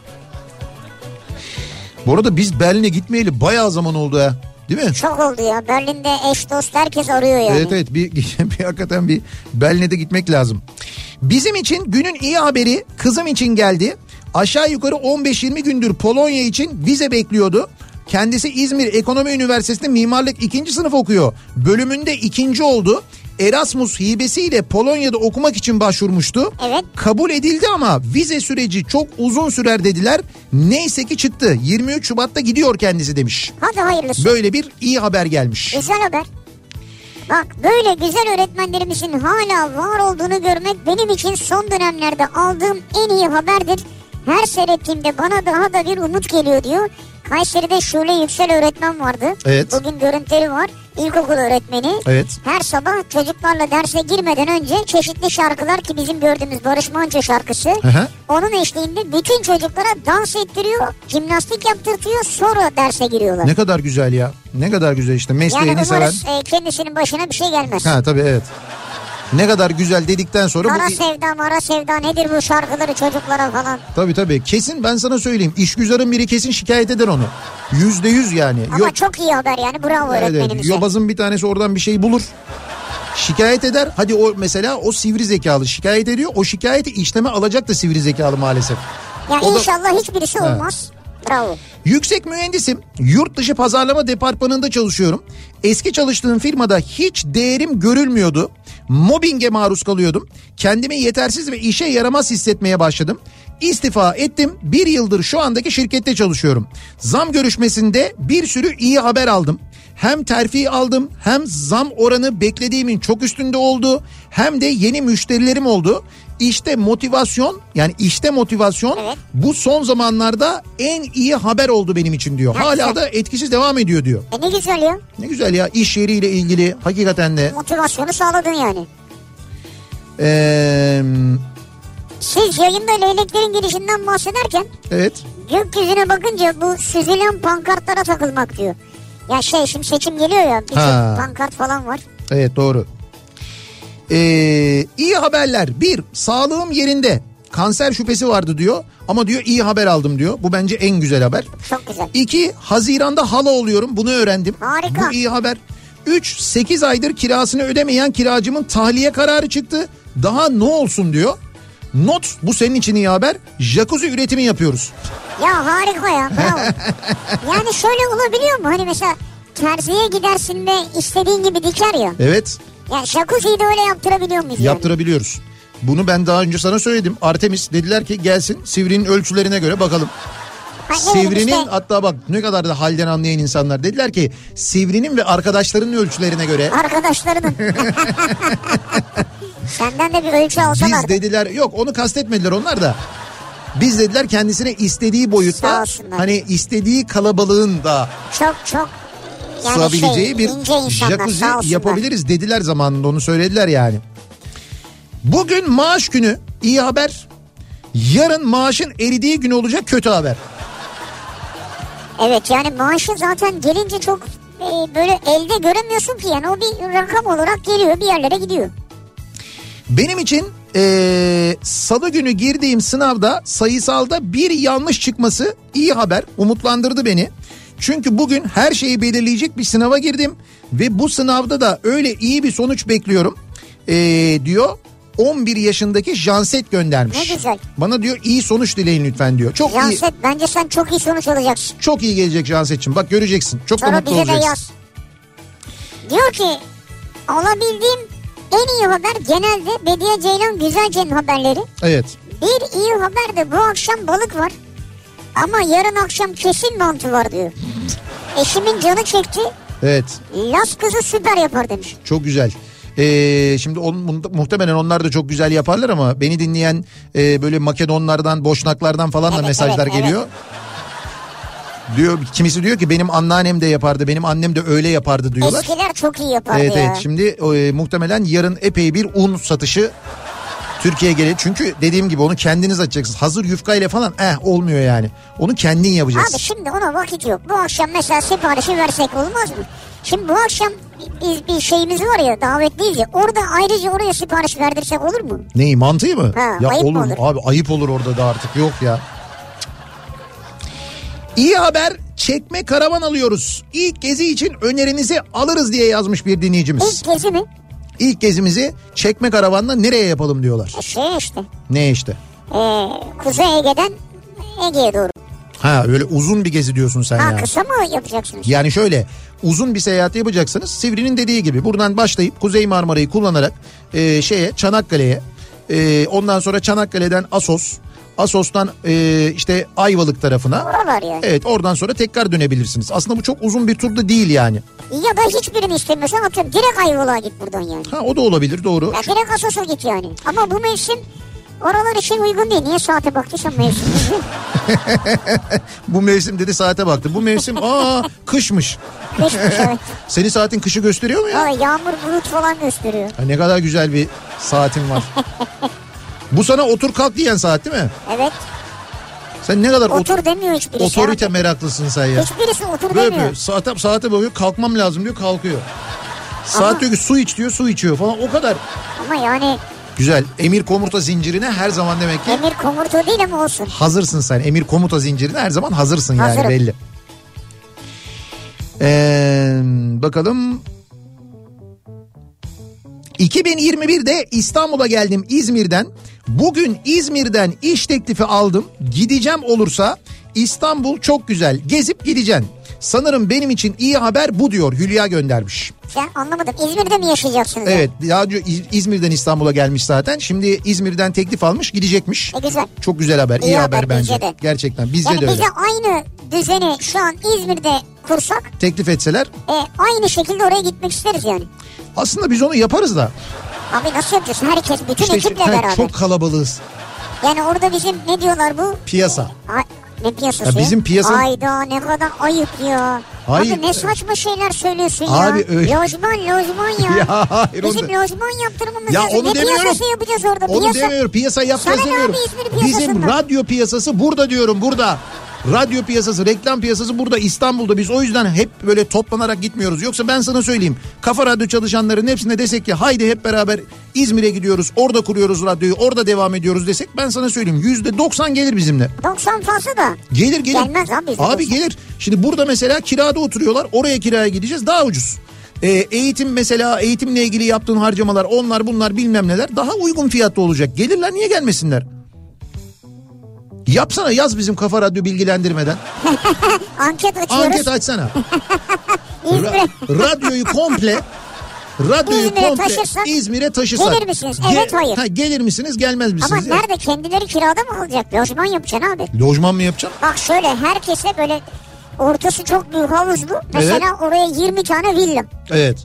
Bu arada biz Berlin'e gitmeyeli bayağı zaman oldu ha. Değil mi? Çok oldu ya. Berlin'de eş dost herkes arıyor yani. Evet evet bir, bir hakikaten bir Berlin'e de gitmek lazım. Bizim için günün iyi haberi kızım için geldi. Aşağı yukarı on beş yirmi gündür Polonya için vize bekliyordu. Kendisi İzmir Ekonomi Üniversitesi'nde mimarlık ikinci sınıf okuyor. Bölümünde ikinci oldu. Erasmus hibesiyle Polonya'da okumak için başvurmuştu. Evet. Kabul edildi ama vize süreci çok uzun sürer dediler. Neyse ki çıktı. yirmi üç Şubat'ta gidiyor kendisi demiş. Hadi hayırlısı. Böyle bir iyi haber gelmiş. Güzel haber. Bak böyle güzel öğretmenlerimizin hala var olduğunu görmek benim için son dönemlerde aldığım en iyi haberdir. Her seyrettiğimde bana daha da bir umut geliyor diyor. Kayseri'de Şule Yüksel öğretmen vardı. Evet. Bugün görüntüleri var. İlkokul öğretmeni. Evet. Her sabah çocuklarla derse girmeden önce çeşitli şarkılar ki bizim gördüğümüz Barış Manço şarkısı. Hı hı. Onun eşliğinde bütün çocuklara dans ettiriyor, jimnastik yaptırtıyor, sonra derse giriyorlar. Ne kadar güzel ya. Ne kadar güzel işte mesleğini yani seven. umarız e, kendisinin başına bir şey gelmez. Ha tabii evet. Ne kadar güzel dedikten sonra Ara bu... sevda mara sevda nedir bu şarkıları çocuklara falan. Tabii tabii kesin ben sana söyleyeyim işgüzarın biri kesin şikayet eder onu. Yüzde yüz yani. Ama Yok, çok iyi haber yani bravo evet, evet. öğretmenimize. Yobazın bir tanesi oradan bir şey bulur. Şikayet eder. Hadi o mesela o sivri zekalı şikayet ediyor. O şikayeti işleme alacak da sivri zekalı maalesef. Ya O da- inşallah hiçbirisi Ha. olmaz. Bravo. Yüksek mühendisim. Yurt dışı pazarlama departmanında çalışıyorum. Eski çalıştığım firmada hiç değerim görülmüyordu. Mobbinge maruz kalıyordum. Kendimi yetersiz ve işe yaramaz hissetmeye başladım. İstifa ettim. Bir yıldır şu andaki şirkette çalışıyorum. Zam görüşmesinde bir sürü iyi haber aldım. Hem terfi aldım hem zam oranı beklediğimin çok üstünde oldu. Hem de yeni müşterilerim oldu. İşte motivasyon, yani işte motivasyon Evet. bu son zamanlarda en iyi haber oldu benim için diyor. Ne Hala güzel. da etkisiz devam ediyor diyor. E ne güzel ya. Ne güzel ya, iş yeriyle ilgili hakikaten de. Motivasyonu sağladın yani. Ee, Siz yayında leyleklerin girişinden bahsederken evet. gökyüzüne bakınca bu süzülen pankartlara takılmak diyor. Ya şey, şimdi seçim geliyor ya, birçok Ha. pankart falan var. Evet, doğru. Ee, iyi haberler. Bir, sağlığım yerinde. Kanser şüphesi vardı diyor. Ama diyor iyi haber aldım diyor. Bu bence en güzel haber. Çok güzel. İki, Haziran'da hala oluyorum. Bunu öğrendim. Harika. Bu iyi haber. Üç, sekiz aydır kirasını ödemeyen kiracımın tahliye kararı çıktı. Daha ne olsun diyor. Not, bu senin için iyi haber. Jacuzzi üretimi yapıyoruz. Ya harika ya, bravo. Yani şöyle olabiliyor mu? Hani mesela terziye gidersin ve istediğin gibi diker ya. Evet. Yani jacuzziyi de öyle yaptırabiliyor muyuz? Yani? Yaptırabiliyoruz. Bunu ben daha önce sana söyledim. Artemis dediler ki gelsin Sivri'nin ölçülerine göre bakalım. Ha, evet Sivri'nin işte. hatta bak ne kadar da halden anlayan insanlar dediler ki Sivri'nin ve arkadaşlarının ölçülerine göre. Arkadaşlarının. Senden de bir ölçü alsalar. Biz dediler, yok onu kastetmediler onlar da. Biz dediler kendisine istediği boyutta, hani istediği kalabalığın da çok çok yani sığabileceği şey, bir ince insanlar, jacuzzi sağ olsunlar. yapabiliriz dediler zamanında, onu söylediler yani. Bugün maaş günü, iyi haber. Yarın maaşın eridiği gün olacak, kötü haber. Evet, yani maaşı zaten gelince çok e, böyle elde göremiyorsun ki, yani o bir rakam olarak geliyor, bir yerlere gidiyor. Benim için ee, salı günü girdiğim sınavda sayısalda bir yanlış çıkması iyi haber, umutlandırdı beni. Çünkü bugün her şeyi belirleyecek bir sınava girdim ve bu sınavda da öyle iyi bir sonuç bekliyorum ee, diyor. on bir yaşındaki Janset göndermiş. Ne güzel. Bana diyor iyi sonuç dileyin lütfen diyor. Çok Janset, iyi. bence sen çok iyi sonuç alacaksın. Çok iyi gelecek Janset'ciğim. Bak göreceksin. Çok da Sonra mutlu bize olacaksın. de yaz. Diyor ki alabildiğim en iyi haber genelde Bediye Ceylan Güzelce'nin haberleri. Evet. Bir iyi haber de bu akşam balık var. Ama yarın akşam kesin mantı var diyor. Eşimin canı çekti. Evet. Las kızı süper yapar demiş. Çok güzel. Ee, şimdi on, muhtemelen onlar da çok güzel yaparlar ama beni dinleyen e, böyle Makedonlardan, Boşnaklardan falan da evet, mesajlar evet, geliyor. Evet. Diyor, kimisi diyor ki benim anneannem de yapardı, benim annem de öyle yapardı diyorlar. Eskiler çok iyi yapardı evet, ya. Evet, şimdi e, muhtemelen yarın epey bir un satışı Türkiye'ye gelir. Çünkü dediğim gibi onu kendiniz açacaksınız. Hazır yufkayla falan eh olmuyor yani. Onu kendin yapacaksın. Abi şimdi ona vakit yok. Bu akşam mesela siparişi versek olmaz mı? Şimdi bu akşam biz bir şeyimiz var ya, davetliyiz ya. Orada ayrıca oraya sipariş verdirsek olur mu? Neyi, mantıyı mı? Ha, ya ayıp olur, olur. Abi ayıp olur orada da artık, yok ya. İyi haber, çekme karavan alıyoruz. İlk gezi için önerinizi alırız diye yazmış bir dinleyicimiz. İlk gezi mi? İlk gezimizi çekme karavanla nereye yapalım diyorlar. E şey işte. Ne işte? Ee, Kuzey Ege'den Ege'ye doğru. Ha öyle uzun bir gezi diyorsun sen Ha ya. kısa mı yapacaksınız? Yani şöyle uzun bir seyahat yapacaksınız. Sivri'nin dediği gibi buradan başlayıp Kuzey Marmara'yı kullanarak e, şeye Çanakkale'ye, e, ondan sonra Çanakkale'den Assos, Assos'tan e, işte Ayvalık tarafına. Oralar yani. Evet, oradan sonra tekrar dönebilirsiniz. Aslında bu çok uzun bir tur da değil yani. Ya da hiçbirini istemiyorsan atıyorum direkt Ayvalık'a git buradan yani. Ha o da olabilir, doğru. Ya direkt Assos'a git yani. Ama bu mevsim oralar için uygun değil. Niye saate baktıysan mevsim? Bu mevsim dedi, saate baktı. Bu mevsim aa kışmış. Kışmış evet. Senin saatin kışı gösteriyor mu ya? Valla yağmur bulut falan gösteriyor. Ha, ne kadar güzel bir saatin var. Bu sana otur kalk diyen saat değil mi? Evet. Sen ne kadar Otur ot- demiyor hiçbirisi. otorite ya. meraklısın sen ya. Hiçbirisi otur Böyle demiyor. yapıyor. Saate, saate bakıyor, kalkmam lazım diyor, kalkıyor. Saat Ama- diyor ki su iç diyor, su içiyor falan, o kadar. Ama yani Güzel. Emir komuta zincirine her zaman demek ki emir komuta değil ama olsun. hazırsın sen. Emir komuta zincirine her zaman hazırsın yani, Hazırım. belli. Ee, bakalım. iki bin yirmi birde İstanbul'a geldim İzmir'den. Bugün İzmir'den iş teklifi aldım. Gideceğim olursa İstanbul çok güzel. Gezip gideceksin. Sanırım benim için iyi haber bu diyor. Hülya göndermiş. Sen anlamadım. İzmir'de mi yaşayacaksınız? Evet, daha önce İz- İzmir'den İstanbul'a gelmiş zaten. Şimdi İzmir'den teklif almış, gidecekmiş. Ne güzel. Çok güzel haber. iyi, İyi haber, haber, bence. bizce de. Gerçekten bizde Yani de öyle. bize aynı düzeni şu an İzmir'de kursak Teklif etseler e, aynı şekilde oraya gitmek isteriz yani. aslında biz onu yaparız da. Abi nasıl yapacağız? Herkes bütün İşte, ekiple he, beraber. çok kalabalığız. Yani orada bizim ne diyorlar bu? Piyasa. Ay, ne piyasası ya? Bizim piyasa... Hayda ne kadar ayıp ya. Hayır. Abi ne saçma şeyler söylüyorsun abi, ya. Öyle... Lojman lojman ya. ya hayır, Bizim onu... lojman yaptırmamız ya lazım. onu Ne demiyorum. piyasası yapacağız orada? Onu Piyasa... demiyorum. Piyasa yapacağız Sana demiyorum. Bizim radyo piyasası burada diyorum, burada. Radyo piyasası, reklam piyasası burada İstanbul'da. Biz o yüzden hep böyle toplanarak gitmiyoruz. Yoksa ben sana söyleyeyim. Kafa Radyo çalışanların hepsine desek ki haydi hep beraber İzmir'e gidiyoruz. Orada kuruyoruz radyoyu. Orada devam ediyoruz desek ben sana söyleyeyim. yüzde doksan gelir bizimle. doksan fazla da. Gelir gelir. Gelmez abi. Abi doksan. gelir. Şimdi burada mesela kirada oturuyorlar. Oraya kiraya gideceğiz. Daha ucuz. Ee, eğitim mesela, eğitimle ilgili yaptığın harcamalar, onlar bunlar bilmem neler daha uygun fiyatlı olacak. Gelirler, niye gelmesinler? Yapsana, yaz bizim Kafa Radyo bilgilendirmeden. Anket açıyoruz. Anket açsana. Ra- radyoyu komple radyoyu İzmir'e komple taşırsak, İzmir'e taşırsak. gelir misiniz? Evet, Ge- hayır. Ha, gelir misiniz, gelmez misiniz? Ama nerede, kendileri kirada mı alacak? Lojman yapacaksın abi. Lojman mı yapacaksın? Bak şöyle, herkese böyle ortası çok büyük havuzlu. Mesela evet. Oraya yirmi tane villa. Evet.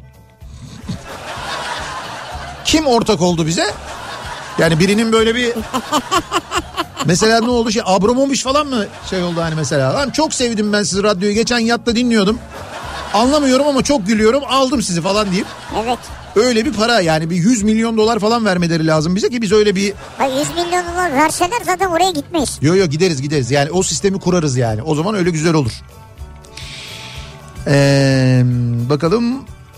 Kim ortak oldu bize? Yani birinin böyle bir... Mesela ne oldu, şey Abramovich falan mı şey oldu hani mesela? Lan çok sevdim ben sizi, radyoyu geçen yatta dinliyordum. Anlamıyorum ama çok gülüyorum, aldım sizi falan deyip. Evet. Öyle bir para, yani bir yüz milyon dolar falan vermeleri lazım bize ki biz öyle bir... Hayır, yüz milyon dolar verseler zaten oraya gitmeyiz. Yo yo, gideriz gideriz yani, o sistemi kurarız yani, o zaman öyle güzel olur. Ee, bakalım...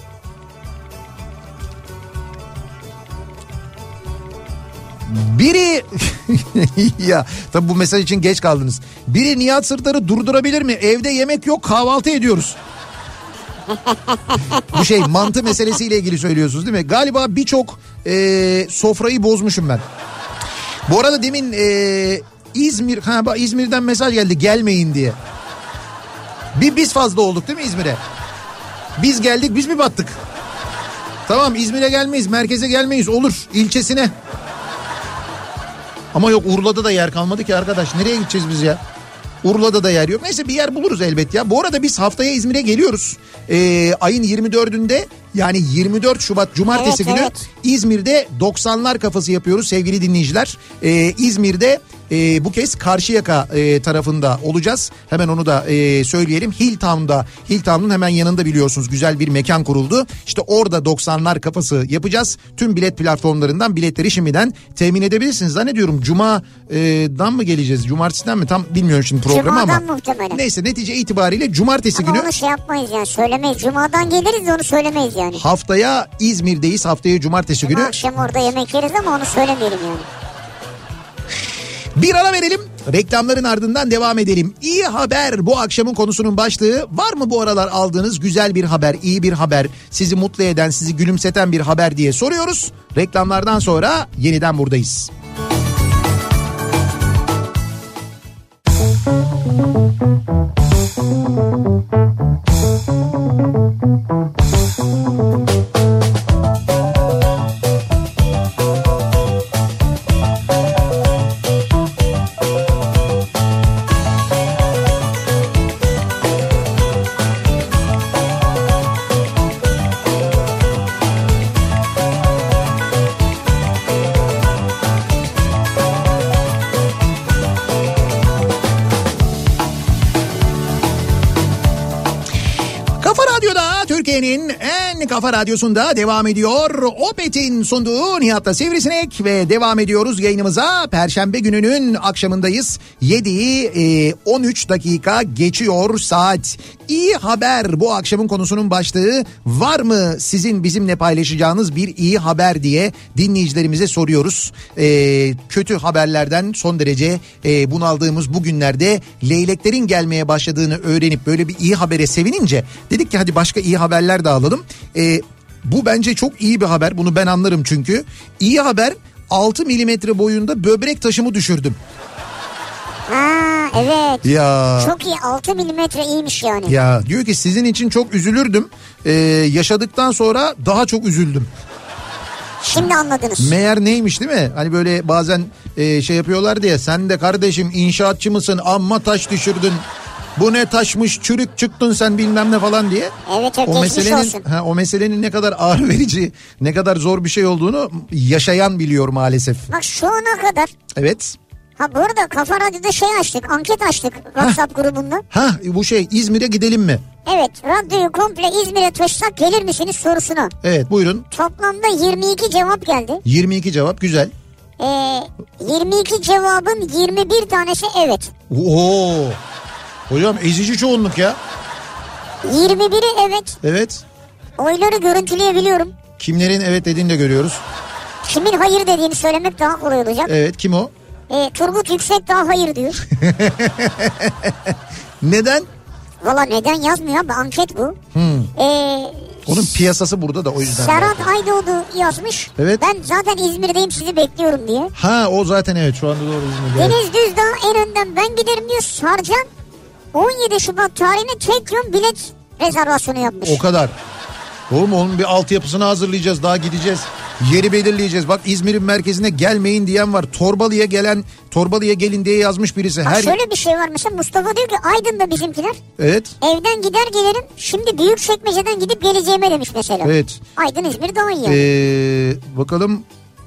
Biri ya tabi bu mesaj için geç kaldınız. Biri Nihat Sırdar'ı durdurabilir mi? Evde yemek yok, kahvaltı ediyoruz. Bu şey mantı meselesiyle ilgili söylüyorsunuz değil mi? Galiba birçok e, sofrayı bozmuşum ben. Bu arada demin e, İzmir ha bak İzmir'den mesaj geldi, gelmeyin diye. Bir biz fazla olduk değil mi İzmir'e? Biz geldik, biz mi battık? Tamam, İzmir'e gelmeyiz, merkeze gelmeyiz, olur ilçesine. Ama yok, Urla'da da yer kalmadı ki arkadaş. Nereye gideceğiz biz ya? Urla'da da yer yok. Neyse bir yer buluruz elbet ya. Bu arada biz haftaya İzmir'e geliyoruz. Ee, ayın yirmi dördünde yani yirmi dört Şubat Cumartesi evet, günü evet. İzmir'de doksanlar kafası yapıyoruz sevgili dinleyiciler. Ee, İzmir'de e, bu kez Karşıyaka e, tarafında olacağız. Hemen onu da e, söyleyelim. Hilltown'da, Hilltown'un hemen yanında biliyorsunuz güzel bir mekan kuruldu. İşte orada doksanlar kafası yapacağız. Tüm bilet platformlarından biletleri şimdiden temin edebilirsiniz. Zannediyorum Cuma'dan mı geleceğiz? Cumartesiden mi? Tam bilmiyorum şimdi programı ama. Cuma'dan muhtemelen. Neyse, netice itibariyle Cumartesi ama günü. Ama onu şey yapmayız yani, söylemeyiz. Cuma'dan geliriz de onu söylemeyiz yani. Haftaya İzmir'deyiz. Haftaya Cumartesi Cuma günü. akşam orada yemek yeriz ama onu söylemeyelim yani. Bir ara verelim. Reklamların ardından devam edelim. İyi haber bu akşamın konusunun başlığı. Var mı bu aralar aldığınız güzel bir haber, iyi bir haber, sizi mutlu eden, sizi gülümseten bir haber diye soruyoruz. Reklamlardan sonra yeniden buradayız. Türkiye'nin en kafa radyosunda devam ediyor. Opet'in sunduğu Nihat'la Sivrisinek ve devam ediyoruz yayınımıza. Perşembe gününün akşamındayız. yediyi on üç dakika geçiyor saat. İyi haber bu akşamın konusunun başlığı. Var mı sizin bizimle paylaşacağınız bir iyi haber diye dinleyicilerimize soruyoruz. Ee, kötü haberlerden son derece e, bunaldığımız bu günlerde leyleklerin gelmeye başladığını öğrenip böyle bir iyi habere sevinince dedik ki hadi başka iyi haberler de alalım. Ee, bu bence çok iyi bir haber, bunu ben anlarım çünkü. İyi haber, altı milimetre boyunda böbrek taşımı düşürdüm. Ha evet. Ya. Çok iyi, altı milimetre iyiymiş yani. Ya diyor ki sizin için çok üzülürdüm. Ee, yaşadıktan sonra daha çok üzüldüm. Şimdi anladınız. Meğer neymiş değil mi? Hani böyle bazen e, şey yapıyorlar diye, sen de kardeşim inşaatçı mısın amma taş düşürdün. bu ne taşmış çürük çıktın sen bilmem ne falan diye. Evet, evet, o meselenin olsun. ha, o meselenin ne kadar ağır verici, ne kadar zor bir şey olduğunu yaşayan biliyor maalesef. Bak şu ana kadar. Evet. Ha bu arada Kafa Radyo'da şey açtık, anket açtık WhatsApp grubunda. Ha bu şey, İzmir'e gidelim mi? Evet, radyoyu komple İzmir'e taşısak gelir misiniz sorusuna. Evet, buyurun. Toplamda yirmi iki cevap geldi. yirmi iki cevap, güzel. Ee, yirmi iki cevabın yirmi bir tanesi evet. Oo. Hocam ezici çoğunluk ya. yirmi biri evet. Evet. Oyları görüntüleyebiliyorum. Kimlerin evet dediğini de görüyoruz. Kimin hayır dediğini söylemek daha kolay olacak. Evet, kim o? Ee, Turgut Yüksek daha hayır diyor. Neden? Valla neden yazmıyor abi, anket bu. Hmm. Ee, Onun piyasası burada da o yüzden. Serhat Aydoğdu yazmış. Evet. Ben zaten İzmir'deyim, sizi bekliyorum diye. Ha o zaten evet, şu anda doğru İzmir'de. Deniz Düzdağ en önden ben giderim diyor. Sarcan on yedi Şubat tarihine tek yön bilet rezervasyonu yapmış. O kadar. Oğlum onun bir altyapısını hazırlayacağız, daha gideceğiz. Yeri belirleyeceğiz. Bak İzmir'in merkezine gelmeyin diyen var. Torbalı'ya gelen, Torbalı'ya gelin diye yazmış birisi. Bak Her... şöyle bir şey var mesela, Mustafa diyor ki Aydın'da bizimkiler. Evet. Evden gider gelirim, şimdi Büyükçekmece'den gidip geleceğime demiş mesela. Evet. Aydın İzmir daha iyi yani. Ee, bakalım.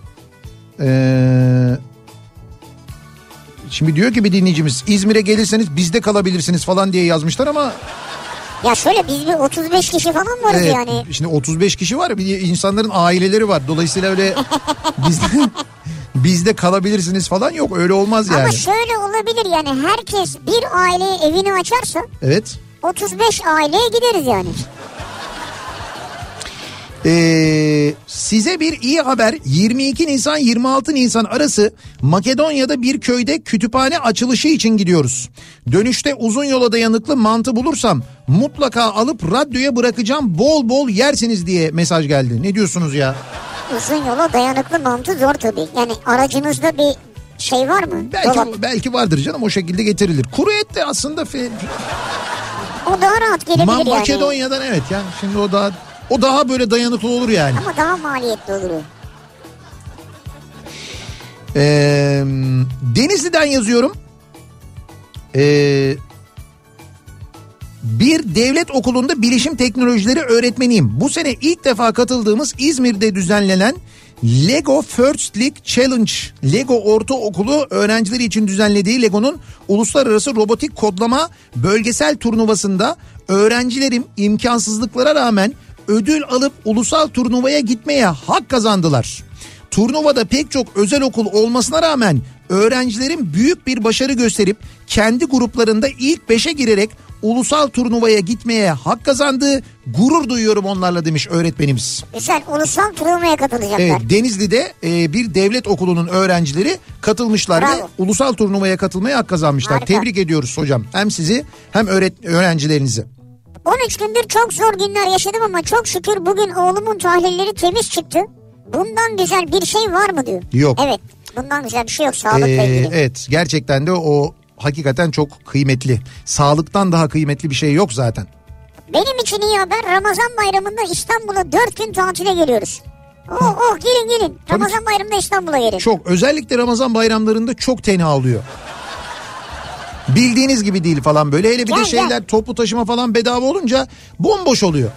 Ee, şimdi diyor ki bir dinleyicimiz, İzmir'e gelirseniz bizde kalabilirsiniz falan diye yazmışlar ama... Ya şöyle biz bir otuz beş kişi falan varız evet, yani. Şimdi otuz beş kişi var, bir de insanların aileleri var. Dolayısıyla öyle bizde, bizde kalabilirsiniz falan yok, öyle olmaz yani. Ama şöyle olabilir yani, herkes bir aileye evini açarsa. Evet. otuz beş aileye gideriz yani. Ee, size bir iyi haber. yirmi iki Nisan yirmi altı Nisan arası Makedonya'da bir köyde kütüphane açılışı için gidiyoruz. Dönüşte uzun yola dayanıklı mantı bulursam mutlaka alıp radyoya bırakacağım, bol bol yersiniz diye mesaj geldi. Ne diyorsunuz ya? Uzun yola dayanıklı mantı zor tabii. Yani aracınızda bir şey var mı? Belki Dolap. belki vardır canım, o şekilde getirilir. Kuru et de aslında fe... O daha rahat gelebilir Ma- yani. Makedonya'dan evet, yani şimdi o daha o daha böyle dayanıklı olur yani. Ama daha maliyetli olur o. Ee, Denizli'den yazıyorum. Ee, bir devlet okulunda bilişim teknolojileri öğretmeniyim. Bu sene ilk defa katıldığımız İzmir'de düzenlenen Lego First League Challenge, Lego Ortaokulu öğrencileri için düzenlediği Lego'nun uluslararası robotik kodlama bölgesel turnuvasında öğrencilerim imkansızlıklara rağmen ödül alıp ulusal turnuvaya gitmeye hak kazandılar. Turnuvada pek çok özel okul olmasına rağmen öğrencilerin büyük bir başarı gösterip kendi gruplarında ilk beşe girerek ulusal turnuvaya gitmeye hak kazandı. Gurur duyuyorum onlarla demiş öğretmenimiz. Güzel, ulusal turnuvaya katılacaklar. Evet, Denizli'de e, bir devlet okulunun öğrencileri katılmışlar. Bravo. Ve ulusal turnuvaya katılmaya hak kazanmışlar. Harika. Tebrik ediyoruz hocam. Hem sizi hem öğret öğrencilerinizi. on üç gündür çok zor günler yaşadım ama çok şükür bugün oğlumun tahlilleri temiz çıktı. Bundan güzel bir şey var mı diyor. Yok. Evet, bundan güzel bir şey yok sağlıkla ee, ilgili. Evet, gerçekten de o hakikaten çok kıymetli. Sağlıktan daha kıymetli bir şey yok zaten. Benim için iyi haber, Ramazan bayramında İstanbul'a dört gün tatile geliyoruz. Oh oh gelin gelin. Tabii. Ramazan bayramında İstanbul'a gelin. Çok, özellikle Ramazan bayramlarında çok tenha oluyor. Bildiğiniz gibi değil falan böyle. Hele bir gel, de şeyler gel. Toplu taşıma falan bedava olunca bomboş oluyor.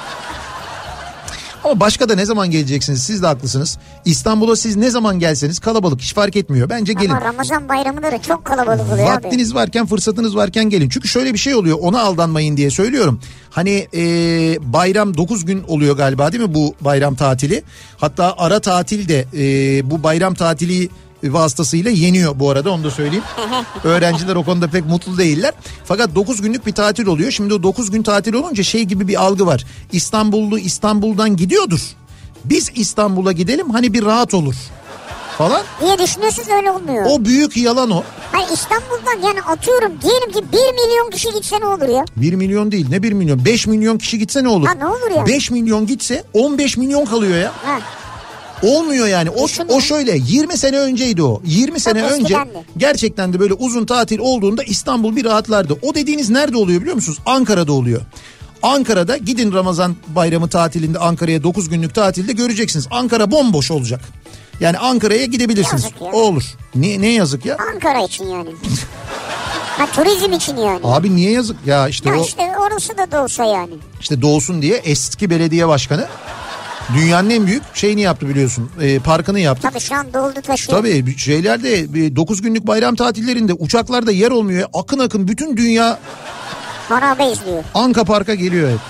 Ama başka da ne zaman geleceksiniz, siz de haklısınız. İstanbul'a siz ne zaman gelseniz kalabalık, hiç fark etmiyor. Bence gelin. Ama Ramazan bayramında da çok kalabalık oluyor abi. Vaktiniz varken, fırsatınız varken gelin. Çünkü şöyle bir şey oluyor, ona aldanmayın diye söylüyorum. Hani e, bayram dokuz gün oluyor galiba değil mi bu bayram tatili? Hatta ara tatil de e, bu bayram tatili vasıtasıyla yeniyor bu arada, onu da söyleyeyim. Öğrenciler o konuda pek mutlu değiller. Fakat dokuz günlük bir tatil oluyor. Şimdi o dokuz gün tatil olunca şey gibi bir algı var. İstanbullu İstanbul'dan gidiyordur. Biz İstanbul'a gidelim, hani bir rahat olur falan diye düşünüyorsunuz, öyle olmuyor. O büyük yalan o. Hayır, İstanbul'dan yani atıyorum diyelim ki bir milyon kişi gitse ne olur ya? bir milyon değil, ne bir milyon? beş milyon kişi gitse ne olur? Ha, ne olur ya? beş milyon gitse on beş milyon kalıyor ya. Ha. Olmuyor yani. O, o şöyle yirmi sene önceydi o. yirmi sene Çok önce eskidendi. gerçekten de böyle uzun tatil olduğunda İstanbul bir rahatlardı. O dediğiniz nerede oluyor biliyor musunuz? Ankara'da oluyor. Ankara'da gidin Ramazan bayramı tatilinde Ankara'ya dokuz günlük tatilde göreceksiniz. Ankara bomboş olacak. Yani Ankara'ya gidebilirsiniz. O olur. Ne, ne yazık ya? Ankara için yani. Ha, turizm için yani. Abi niye yazık ya işte ya o. işte orası da dolsa yani. İşte doğsun diye eski belediye başkanı dünyanın en büyük şeyini yaptı biliyorsun. E, parkını yaptı. Tabii şu an doldu taşıyor. Tabii şeylerde dokuz günlük bayram tatillerinde uçaklarda yer olmuyor. Akın akın bütün dünya harabe izliyor. Anka Park'a geliyor hep.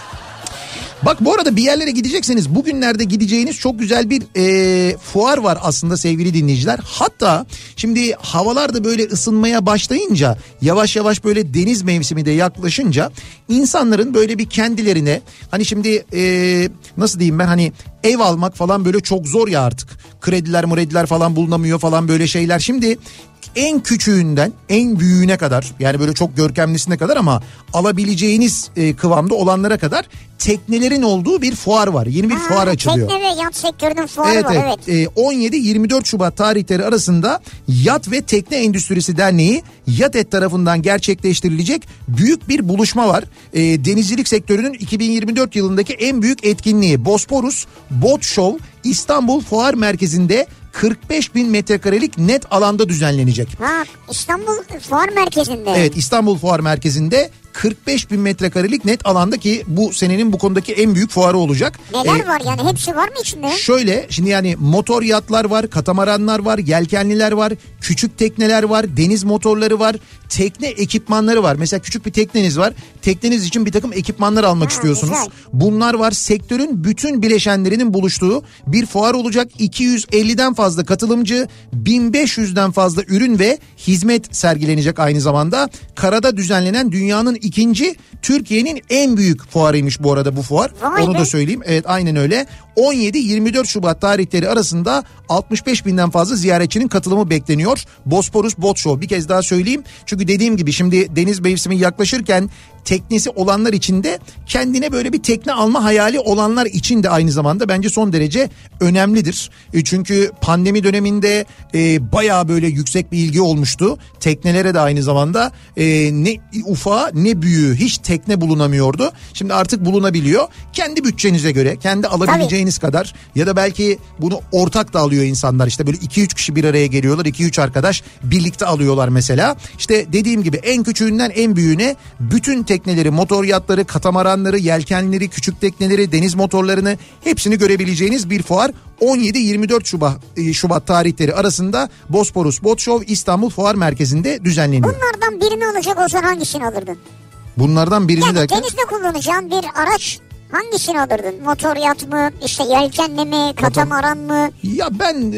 Bak bu arada bir yerlere gidecekseniz bugünlerde gideceğiniz çok güzel bir e, fuar var aslında sevgili dinleyiciler. Hatta şimdi havalar da böyle ısınmaya başlayınca yavaş yavaş böyle deniz mevsimi de yaklaşınca insanların böyle bir kendilerine hani şimdi e, nasıl diyeyim ben hani ev almak falan böyle çok zor ya artık. Krediler mrediler falan bulunamıyor falan böyle şeyler. Şimdi en küçüğünden en büyüğüne kadar yani böyle çok görkemlisine kadar ama alabileceğiniz e, kıvamda olanlara kadar teknelerin olduğu bir fuar var. Yeni bir ha, fuar açılıyor. Tekne ve yat sektörünün fuarı evet, var evet. evet. E, on yedi yirmi dört Şubat tarihleri arasında Yat ve Tekne Endüstrisi Derneği Yatet tarafından gerçekleştirilecek büyük bir buluşma var. E, denizcilik sektörünün iki bin yirmi dört yılındaki en büyük etkinliği Bosporus Boat Show İstanbul Fuar Merkezi'nde kırk beş bin metrekarelik net alanda düzenlenecek. Ha, İstanbul Fuar Merkezi'nde. Evet, İstanbul Fuar Merkezi'nde kırk beş bin metrekarelik net alanda ki bu senenin bu konudaki en büyük fuarı olacak. Neler ee, var yani hepsi var mı içinde? Şöyle şimdi yani motor yatlar var, katamaranlar var, yelkenliler var, küçük tekneler var, deniz motorları var, tekne ekipmanları var. Mesela küçük bir tekneniz var, tekneniz için bir takım ekipmanlar almak ha, istiyorsunuz. Güzel. Bunlar var, sektörün bütün bileşenlerinin buluştuğu bir fuar olacak. iki yüz elliden fazla katılımcı, bin beş yüzden fazla ürün ve hizmet sergilenecek aynı zamanda. Karada düzenlenen dünyanın ikinci, Türkiye'nin en büyük fuarıymış bu arada bu fuar. Vay Onu be. da söyleyeyim. Evet aynen öyle. on yedi yirmi dört Şubat tarihleri arasında altmış beş binden fazla ziyaretçinin katılımı bekleniyor. Bosporus Boat Show bir kez daha söyleyeyim. Çünkü dediğim gibi şimdi deniz mevsimi yaklaşırken teknesi olanlar için de kendine böyle bir tekne alma hayali olanlar için de aynı zamanda bence son derece önemlidir. E çünkü pandemi döneminde e, bayağı böyle yüksek bir ilgi olmuştu. Teknelere de aynı zamanda e, ne ufağı ne büyüğü hiç tekne bulunamıyordu. Şimdi artık bulunabiliyor. Kendi bütçenize göre, kendi alabileceğiniz Tabii. kadar ya da belki bunu ortak da alıyor insanlar. İşte böyle iki üç kişi bir araya geliyorlar. iki üç arkadaş birlikte alıyorlar mesela. İşte dediğim gibi en küçüğünden en büyüğüne bütün tekneleri, motor yatları, katamaranları, yelkenleri, küçük tekneleri, deniz motorlarını hepsini görebileceğiniz bir fuar. on yedi yirmi dört Şubat Şubat tarihleri arasında Bosporus Boat Show İstanbul Fuar Merkezi'nde düzenleniyor. Bunlardan birini alacak olsan hangisini alırdın? Bunlardan birini yani derken? Denizde kullanacağın bir araç hangisini alırdın? Motor yat mı, işte yelkenli mi, katamaran mı? Ya ben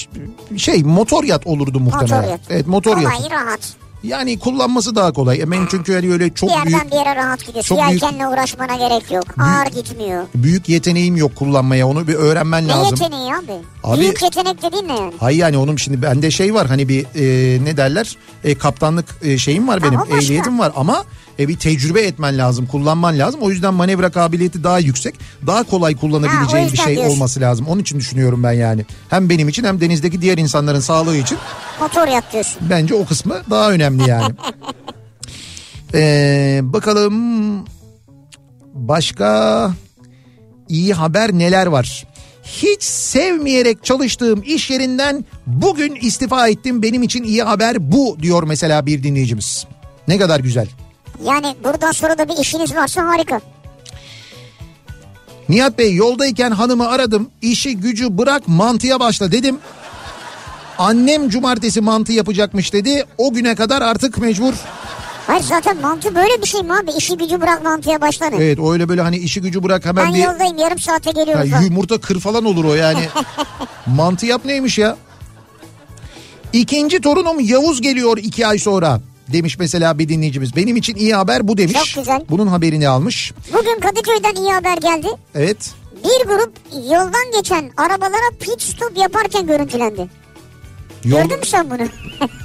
şey motor yat olurdu muhtemelen. Motor yat. Evet motor yat. Kolay, rahat. Yani kullanması daha kolay. Ben çünkü hani öyle çok bir yerden büyük. bir yere rahat gidiyorsun. Yelkenle büyük, uğraşmana gerek yok. Büyük, ağır gitmiyor. Büyük yeteneğim yok kullanmaya. Onu bir öğrenmen ne lazım. Ne yeteneği abi? abi? Büyük yetenek dediğin ne yani? Hayır yani onun şimdi bende şey var hani bir e, ne derler? E, kaptanlık e, şeyim var benim. Ha, ehliyetim var ama e, bir tecrübe etmen lazım. Kullanman lazım. O yüzden manevra kabiliyeti daha yüksek. Daha kolay kullanabileceğin ha, bir şey diyorsun. olması lazım. Onun için düşünüyorum ben yani. Hem benim için hem denizdeki diğer insanların sağlığı için. Motor yat diyorsun. Bence o kısmı daha önemli yani. Ee, bakalım başka iyi haber neler var? Hiç sevmeyerek çalıştığım iş yerinden bugün istifa ettim. Benim için iyi haber bu diyor mesela bir dinleyicimiz. Ne kadar güzel. Yani buradan sonra da bir işiniz varsa harika. Nihat Bey yoldayken hanımı aradım. İşi gücü bırak mantıya başla dedim. Annem cumartesi mantı yapacakmış dedi. O güne kadar artık mecbur. Hayır zaten mantı böyle bir şey mi abi? İşi gücü bırak mantıya başlanır. Evet öyle böyle hani işi gücü bırak hemen ben bir... Ben yoldayım yarım saate geliyorum. Ya, yumurta kır falan olur o yani. Mantı yap neymiş ya? İkinci torunum Yavuz geliyor iki ay sonra demiş mesela bir dinleyicimiz. Benim için iyi haber bu demiş. Çok güzel. Bunun haberini almış. Bugün Kadıköy'den iyi haber geldi. Evet. Bir grup yoldan geçen arabalara pit stop yaparken görüntülendi. Yol... Gördün mü sen bunu?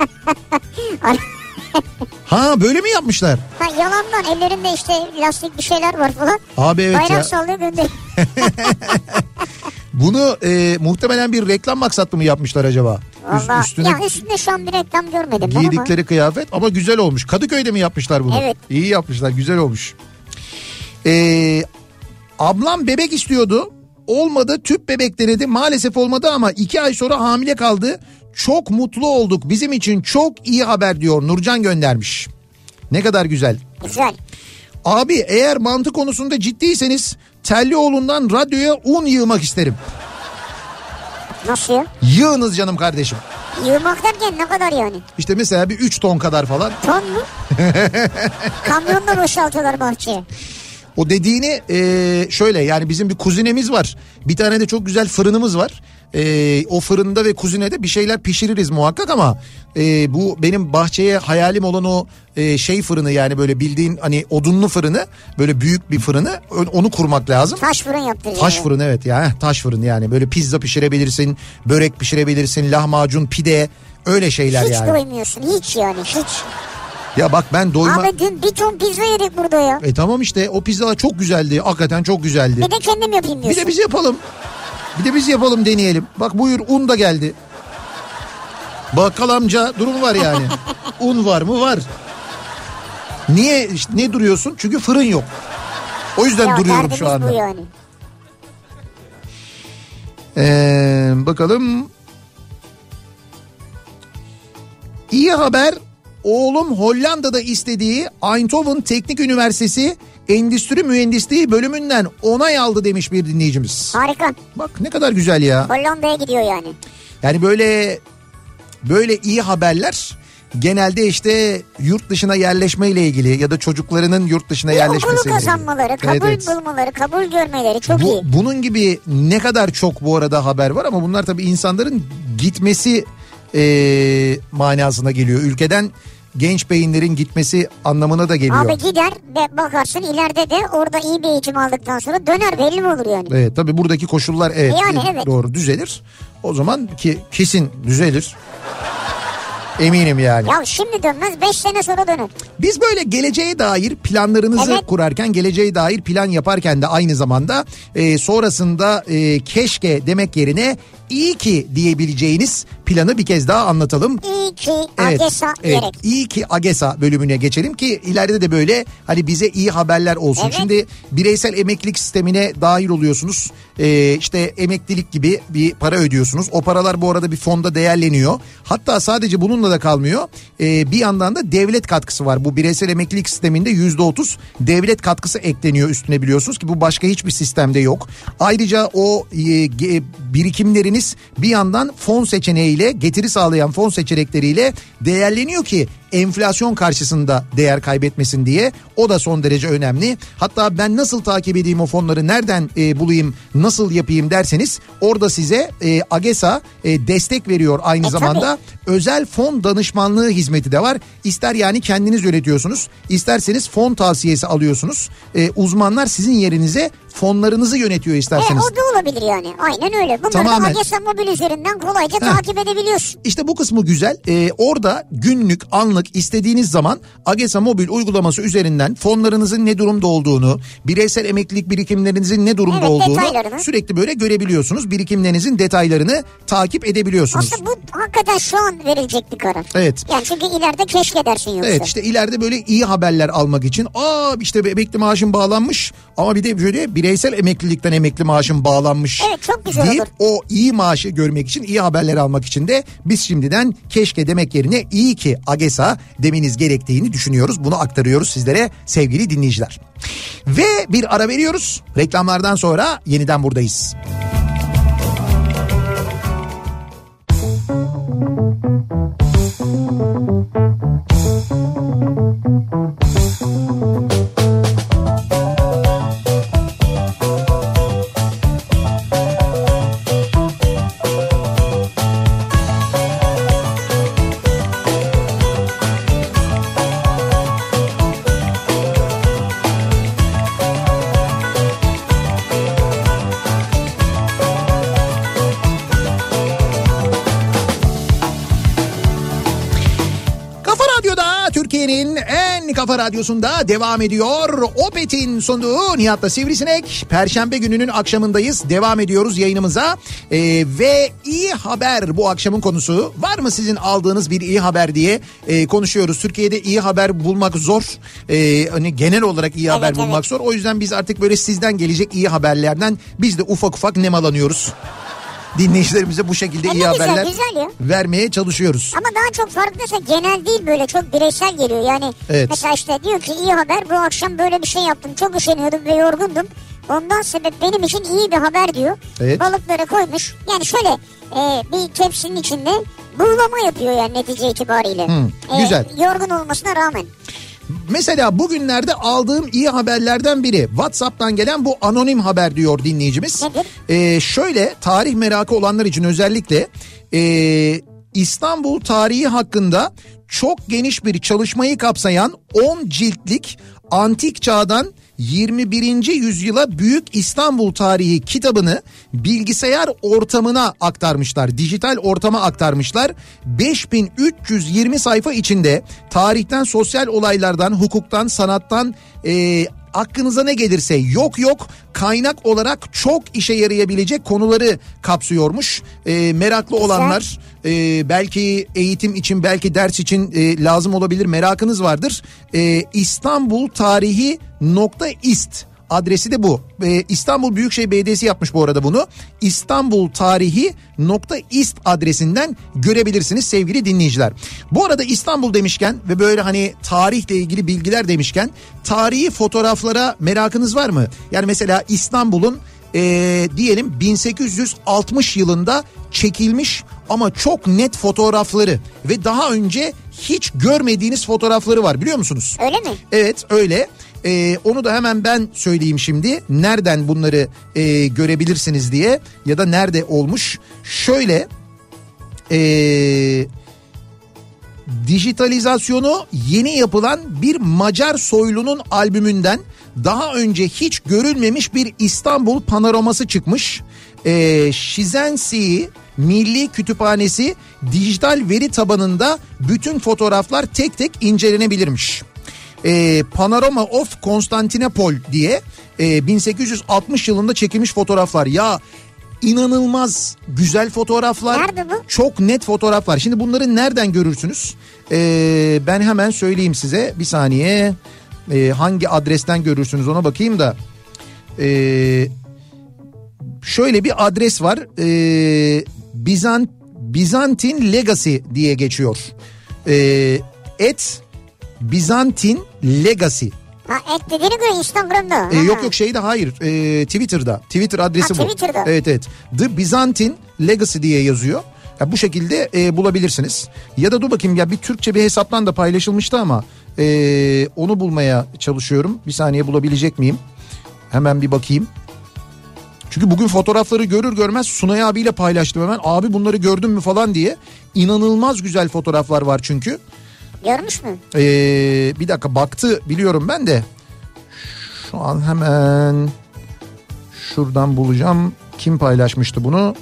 Ha böyle mi yapmışlar? Ha yalandan ellerinde işte lastik bir şeyler var falan. Abi evet bayrak ya. sallıyor gönderiyor. Bunu e, muhtemelen bir reklam maksatlı mı yapmışlar acaba? Valla üstüne, ya üstünde şu an bir reklam görmedim. Giydikleri ama. Kıyafet ama güzel olmuş. Kadıköy'de mi yapmışlar bunu? Evet. İyi yapmışlar, güzel olmuş. Ee, ablam bebek istiyordu. olmadı, tüp bebek denedi, maalesef olmadı ama iki ay sonra hamile kaldı. Çok mutlu olduk, bizim için çok iyi haber diyor Nurcan göndermiş. Ne kadar güzel. Güzel. Abi eğer mantı konusunda ciddiyseniz Tellioğlu'ndan radyoya un yığmak isterim. Nasıl ya? Yığınız canım kardeşim. Yığmak derken ne kadar yani? İşte mesela bir üç ton kadar falan. Ton mu? Kamyonla boşaltıyorlar bahçeye. O dediğini e, şöyle, yani bizim bir kuzinemiz var. Bir tane de çok güzel fırınımız var. E, o fırında ve kuzinede bir şeyler pişiririz muhakkak ama e, bu benim bahçeye hayalim olan o e, şey fırını, yani böyle bildiğin hani odunlu fırını, böyle büyük bir fırını, onu kurmak lazım. Taş fırın yaptıracağız. Taş fırın, evet ya, taş fırın, yani böyle pizza pişirebilirsin, börek pişirebilirsin, lahmacun, pide, öyle şeyler hiç yani. Hiç doymuyorsun hiç yani hiç. Ya bak ben doyma... Abi dün bir ton pizza yedik burada ya. E tamam işte, o pizzalar çok güzeldi, hakikaten çok güzeldi. Bir de kendim yapayım diyorsun. Bir de biz yapalım. Bir de biz yapalım, deneyelim. Bak buyur, un da geldi. Bakkal amca, durum var yani. Un var mı? Var. Niye işte, ne duruyorsun? Çünkü fırın yok. O yüzden ya, duruyorum şu anda. Bu yani. Ee, bakalım. İyi haber. Oğlum Hollanda'da istediği Eindhoven Teknik Üniversitesi Endüstri Mühendisliği bölümünden onay aldı demiş bir dinleyicimiz. Harika. Bak ne kadar güzel ya. Hollanda'ya gidiyor yani. Yani böyle böyle iyi haberler genelde işte yurt dışına yerleşmeyle ilgili ya da çocuklarının yurt dışına yerleşmesiyle ilgili. Okulu kazanmaları, kabul evet, evet. bulmaları, kabul görmeleri çok bu, iyi. Bunun gibi ne kadar çok bu arada haber var ama bunlar tabii insanların gitmesi e, manasına geliyor. Ülkeden genç beyinlerin gitmesi anlamına da geliyor. Abi gider ve bakarsın ileride de orada iyi bir eğitim aldıktan sonra döner, belli mi olur yani? Evet tabii buradaki koşullar evet, yani, evet. doğru düzelir. O zaman ki kesin düzelir. Eminim yani. Ya şimdi dönmez, beş sene sonra döner. Biz böyle geleceğe dair planlarınızı evet. kurarken, geleceğe dair plan yaparken de aynı zamanda e, sonrasında e, keşke demek yerine iyi ki diyebileceğiniz planı bir kez daha anlatalım. İyi ki evet, AGESA evet, gerek. İyi ki AGESA bölümüne geçelim ki ileride de böyle hani bize iyi haberler olsun. Evet. Şimdi bireysel emeklilik sistemine dahil oluyorsunuz. Ee, işte emeklilik gibi bir para ödüyorsunuz. O paralar bu arada bir fonda değerleniyor. Hatta sadece bununla da kalmıyor. Ee, bir yandan da devlet katkısı var. Bu bireysel emeklilik sisteminde yüzde otuz devlet katkısı ekleniyor üstüne, biliyorsunuz ki bu başka hiçbir sistemde yok. Ayrıca o e, birikimleriniz bir yandan fon seçeneğiyle, getiri sağlayan fon seçenekleriyle değerleniyor ki enflasyon karşısında değer kaybetmesin diye. O da son derece önemli. Hatta ben nasıl takip edeyim o fonları, nereden e, bulayım, nasıl yapayım derseniz orada size e, AGESA e, destek veriyor aynı e, zamanda. Tabii. Özel fon danışmanlığı hizmeti de var. İster yani kendiniz üretiyorsunuz, isterseniz fon tavsiyesi alıyorsunuz. E, uzmanlar sizin yerinize fonlarınızı yönetiyor isterseniz. E, o da olabilir yani. Aynen öyle. Bunları Tamamen. da AGESA mobil üzerinden kolayca Heh. takip edebiliyorsun. İşte bu kısmı güzel. E, orada günlük, anlık istediğiniz zaman AGESA mobil uygulaması üzerinden fonlarınızın ne durumda olduğunu, bireysel emeklilik birikimlerinizin ne durumda evet, olduğunu detaylarını. sürekli böyle görebiliyorsunuz. Birikimlerinizin detaylarını takip edebiliyorsunuz. Aslında bu hakikaten şu an verilecek bir karar. Evet. Yani çünkü ileride keşke dersin yoksa. Evet, işte ileride böyle iyi haberler almak için aa işte emekli maaşım bağlanmış ama bir de böyle bireysel emeklilikten emekli maaşım bağlanmış. Evet, çok güzel deyip, olur. o iyi maaşı görmek için, iyi haberler almak için de biz şimdiden keşke demek yerine iyi ki AGESA demeniz gerektiğini düşünüyoruz. Bunu aktarıyoruz sizlere sevgili dinleyiciler. Ve bir ara veriyoruz. Reklamlardan sonra yeniden buradayız. Kafa Radyosu'nda devam ediyor. Opet'in sunduğu Nihat'la Sivrisinek. Perşembe gününün akşamındayız. Devam ediyoruz yayınımıza. Ee, ve iyi haber bu akşamın konusu. Var mı sizin aldığınız bir iyi haber diye e, konuşuyoruz. Türkiye'de iyi haber bulmak zor. Ee, hani genel olarak iyi haber evet, bulmak evet. zor. O yüzden biz artık böyle sizden gelecek iyi haberlerden biz de ufak ufak nemalanıyoruz. Dinleyicilerimize bu şekilde e iyi güzel, haberler güzel vermeye çalışıyoruz. Ama daha çok farklısa genel değil, böyle çok bireysel geliyor. Yani evet. Mesela işte diyor ki iyi haber, bu akşam böyle bir şey yaptım, çok üşeniyordum ve yorgundum. Ondan sebep benim için iyi bir haber diyor. Evet. Balıkları koymuş. Yani şöyle e, bir tepsinin içinde buğulama yapıyor yani netice itibariyle. Hmm, e, güzel. Yorgun olmasına rağmen. Mesela bugünlerde aldığım iyi haberlerden biri WhatsApp'tan gelen bu anonim haber diyor dinleyicimiz. Nedir? Ee, şöyle tarih merakı olanlar için özellikle e, İstanbul tarihi hakkında çok geniş bir çalışmayı kapsayan on ciltlik antik çağdan yirmi birinci yüzyıla Büyük İstanbul Tarihi kitabını bilgisayar ortamına aktarmışlar. Dijital ortama aktarmışlar. beş bin üç yüz yirmi sayfa içinde tarihten, sosyal olaylardan, hukuktan, sanattan e, aklınıza ne gelirse yok yok kaynak olarak çok işe yarayabilecek konuları kapsıyormuş. E, meraklı olanlar e, belki eğitim için, belki ders için e, lazım olabilir, merakınız vardır. E, İstanbul Tarihi nokta ist adresi de bu. Ee, İstanbul Büyükşehir Belediyesi yapmış bu arada bunu. İstanbul Tarihi nokta ist adresinden görebilirsiniz sevgili dinleyiciler. Bu arada İstanbul demişken ve böyle hani tarihle ilgili bilgiler demişken, tarihi fotoğraflara merakınız var mı? Yani mesela İstanbul'un ee, diyelim bin sekiz yüz altmış yılında çekilmiş ama çok net fotoğrafları ve daha önce hiç görmediğiniz fotoğrafları var, biliyor musunuz? Öyle mi? Evet, öyle. Ee, onu da hemen ben söyleyeyim şimdi. Nereden bunları e, görebilirsiniz diye, ya da nerede olmuş. Şöyle e, dijitalizasyonu yeni yapılan bir Macar soylunun albümünden daha önce hiç görülmemiş bir İstanbul panoraması çıkmış. E, Şizensi Milli Kütüphanesi dijital veri tabanında bütün fotoğraflar tek tek incelenebilirmiş. E, Panorama of Konstantinopol diye e, bin sekiz yüz altmış yılında çekilmiş fotoğraflar. Ya inanılmaz güzel fotoğraflar. Nerede bu? Çok net fotoğraflar. Şimdi bunları nereden görürsünüz? E, ben hemen söyleyeyim size. Bir saniye. E, hangi adresten görürsünüz ona bakayım da. E, şöyle bir adres var. E, Bizant Bizantin Legacy diye geçiyor. E, et Bizantin Legacy. Ha, et dediğine göre Instagram'da. Ee, yok yok şeyde hayır ee, Twitter'da. Twitter adresi ha, bu. Twitter'da. Evet evet. The Byzantine Legacy diye yazıyor. Ya bu şekilde e, bulabilirsiniz. Ya da dur bakayım, ya bir Türkçe bir hesaptan da paylaşılmıştı ama e, onu bulmaya çalışıyorum. Bir saniye, bulabilecek miyim? Hemen bir bakayım. Çünkü bugün fotoğrafları görür görmez Sunay abiyle paylaştım hemen. Abi bunları gördün mü falan diye. İnanılmaz güzel fotoğraflar var çünkü. Görmüş mü? Ee, bir dakika, baktı biliyorum ben de. Şu an hemen şuradan bulacağım. Kim paylaşmıştı bunu?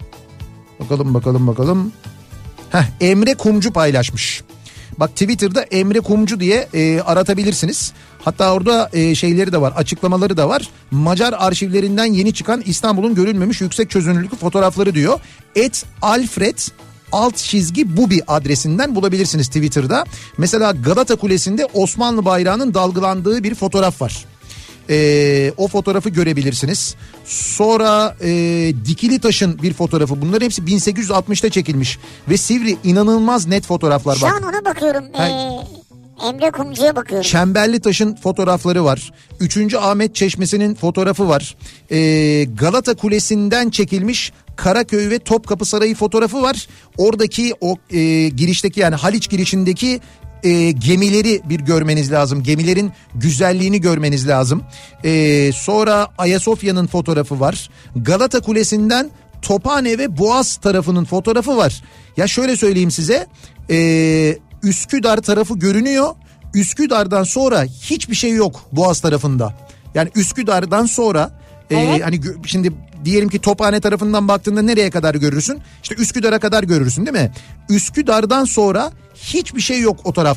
Bakalım bakalım bakalım. Heh, Emre Kumcu paylaşmış. Bak Twitter'da Emre Kumcu diye e, aratabilirsiniz. Hatta orada e, şeyleri de var, açıklamaları da var. Macar arşivlerinden yeni çıkan İstanbul'un görülmemiş yüksek çözünürlüklü fotoğrafları diyor. Et Alfred alt çizgi Bubi adresinden bulabilirsiniz Twitter'da. Mesela Galata Kulesi'nde Osmanlı bayrağının dalgalandığı bir fotoğraf var. Ee, o fotoğrafı görebilirsiniz. Sonra e, Dikili Taş'ın bir fotoğrafı. Bunların hepsi bin sekiz yüz altmışta çekilmiş. Ve Sivri, inanılmaz net fotoğraflar. Şu an ona bakıyorum. Ee, Emre Kumcu'ya bakıyorum. Çemberli Taş'ın fotoğrafları var. Üçüncü Ahmet Çeşmesi'nin fotoğrafı var. Ee, Galata Kulesi'nden çekilmiş Karaköy ve Topkapı Sarayı fotoğrafı var. Oradaki o e, girişteki, yani Haliç girişindeki e, gemileri bir görmeniz lazım. Gemilerin güzelliğini görmeniz lazım. E, sonra Ayasofya'nın fotoğrafı var. Galata Kulesi'nden Tophane ve Boğaz tarafının fotoğrafı var. Ya şöyle söyleyeyim size, e, Üsküdar tarafı görünüyor. Üsküdar'dan sonra hiçbir şey yok Boğaz tarafında. Yani Üsküdar'dan sonra evet. e, hani şimdi diyelim ki Tophane tarafından baktığında nereye kadar görürsün? İşte Üsküdar'a kadar görürsün değil mi? Üsküdar'dan sonra hiçbir şey yok o tarafta.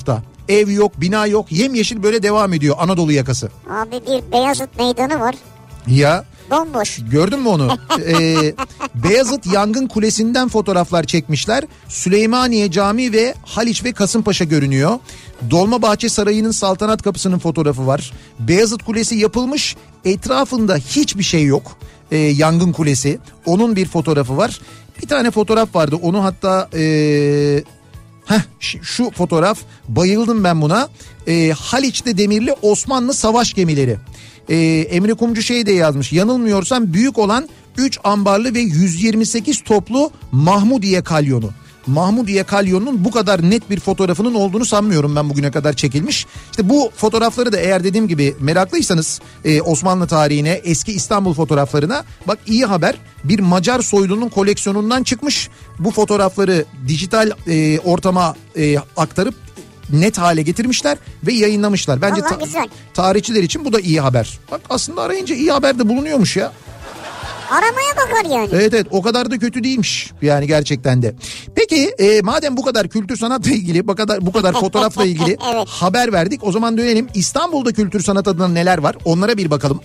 Ev yok, bina yok. Yemyeşil böyle devam ediyor Anadolu yakası. Abi bir Beyazıt Meydanı var. Ya. Bomboş. Gördün mü onu? ee, Beyazıt Yangın Kulesi'nden fotoğraflar çekmişler. Süleymaniye Camii ve Haliç ve Kasımpaşa görünüyor. Dolmabahçe Sarayı'nın saltanat kapısının fotoğrafı var. Beyazıt Kulesi yapılmış. Etrafında hiçbir şey yok. Ee, Yangın Kulesi. Onun bir fotoğrafı var. Bir tane fotoğraf vardı. Onu hatta... Ee... Heh, şu fotoğraf, bayıldım ben buna. Ee, Haliç'te demirli Osmanlı savaş gemileri. Ee, Emre Kumcu şey de yazmış, yanılmıyorsam büyük olan üç ambarlı ve yüz yirmi sekiz toplu Mahmudiye kalyonu. Mahmudiye kalyonunun bu kadar net bir fotoğrafının olduğunu sanmıyorum ben bugüne kadar çekilmiş. İşte bu fotoğrafları da eğer dediğim gibi meraklıysanız e, Osmanlı tarihine, eski İstanbul fotoğraflarına, bak iyi haber, bir Macar soylunun koleksiyonundan çıkmış. Bu fotoğrafları dijital e, ortama e, aktarıp net hale getirmişler ve yayınlamışlar. Bence ta- tarihçiler için bu da iyi haber. Bak aslında arayınca iyi haber de bulunuyormuş ya. Aramaya bakar yani. Evet evet, o kadar da kötü değilmiş yani gerçekten de. Peki e, madem bu kadar kültür sanatla ilgili, bu kadar bu kadar fotoğrafla ilgili evet. haber verdik, o zaman dönelim İstanbul'da kültür sanat adına neler var onlara bir bakalım.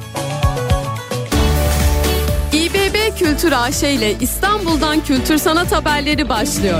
İ B B Kültür A Ş ile İstanbul'dan kültür sanat haberleri başlıyor.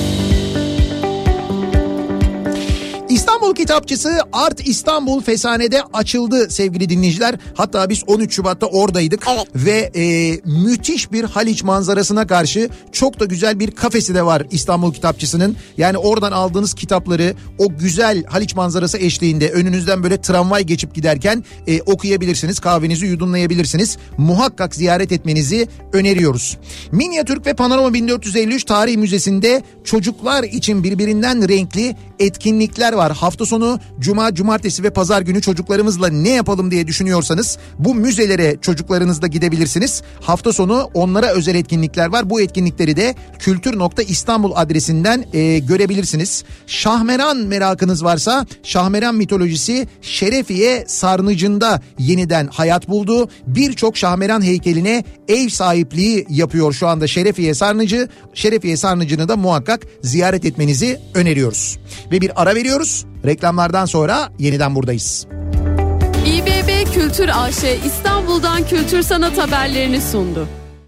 İstanbul Kitapçısı Art İstanbul Fesane'de açıldı sevgili dinleyiciler. Hatta biz on üç Şubat'ta oradaydık. Evet. Ve e, müthiş bir Haliç manzarasına karşı çok da güzel bir kafesi de var İstanbul Kitapçısı'nın. Yani oradan aldığınız kitapları o güzel Haliç manzarası eşliğinde önünüzden böyle tramvay geçip giderken e, okuyabilirsiniz. Kahvenizi yudumlayabilirsiniz. Muhakkak ziyaret etmenizi öneriyoruz. Minyatürk ve Panorama bin dört yüz elli üç Tarih Müzesi'nde çocuklar için birbirinden renkli etkinlikler var. Hafta sonu cuma, cumartesi ve pazar günü çocuklarımızla ne yapalım diye düşünüyorsanız bu müzelere çocuklarınızla gidebilirsiniz. Hafta sonu onlara özel etkinlikler var. Bu etkinlikleri de kültür nokta istanbul adresinden e, görebilirsiniz. Şahmeran merakınız varsa Şahmeran mitolojisi Şerefiye Sarnıcı'nda yeniden hayat buldu. Birçok Şahmeran heykeline ev sahipliği yapıyor şu anda Şerefiye Sarnıcı. Şerefiye Sarnıcı'nı da muhakkak ziyaret etmenizi öneriyoruz. Ve bir ara veriyoruz. Reklamlardan sonra yeniden buradayız. İ B B Kültür A Ş İstanbul'dan kültür sanat haberlerini sundu.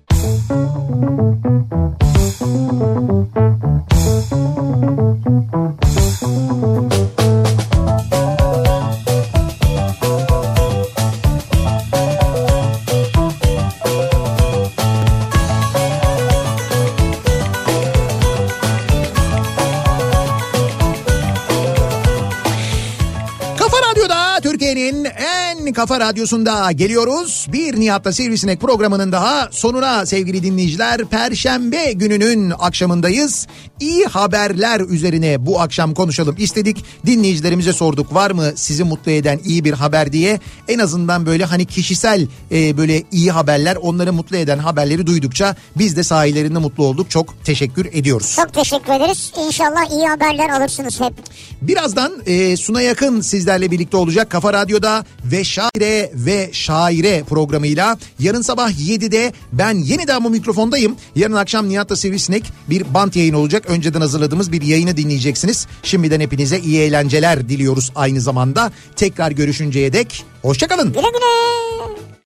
Kafa Radyosu'nda geliyoruz. Bir Nihat'la Sivrisinek programının daha sonuna sevgili dinleyiciler. Perşembe gününün akşamındayız. İyi haberler üzerine bu akşam konuşalım istedik. Dinleyicilerimize sorduk, var mı sizi mutlu eden iyi bir haber diye. En azından böyle hani kişisel e, böyle iyi haberler, onları mutlu eden haberleri duydukça biz de sahilerinde mutlu olduk. Çok teşekkür ediyoruz. Çok teşekkür ederiz. İnşallah iyi haberler alırsınız hep. Birazdan e, Suna Yakın sizlerle birlikte olacak Kafa Radyo'da ve Şaire ve Şaire programıyla. Yarın sabah yedide ben yeniden bu mikrofondayım. Yarın akşam Nihat'la Sivrisinek bir bant yayın olacak. Önceden hazırladığımız bir yayını dinleyeceksiniz. Şimdiden hepinize iyi eğlenceler diliyoruz aynı zamanda. Tekrar görüşünceye dek hoşça kalın. Güle güle.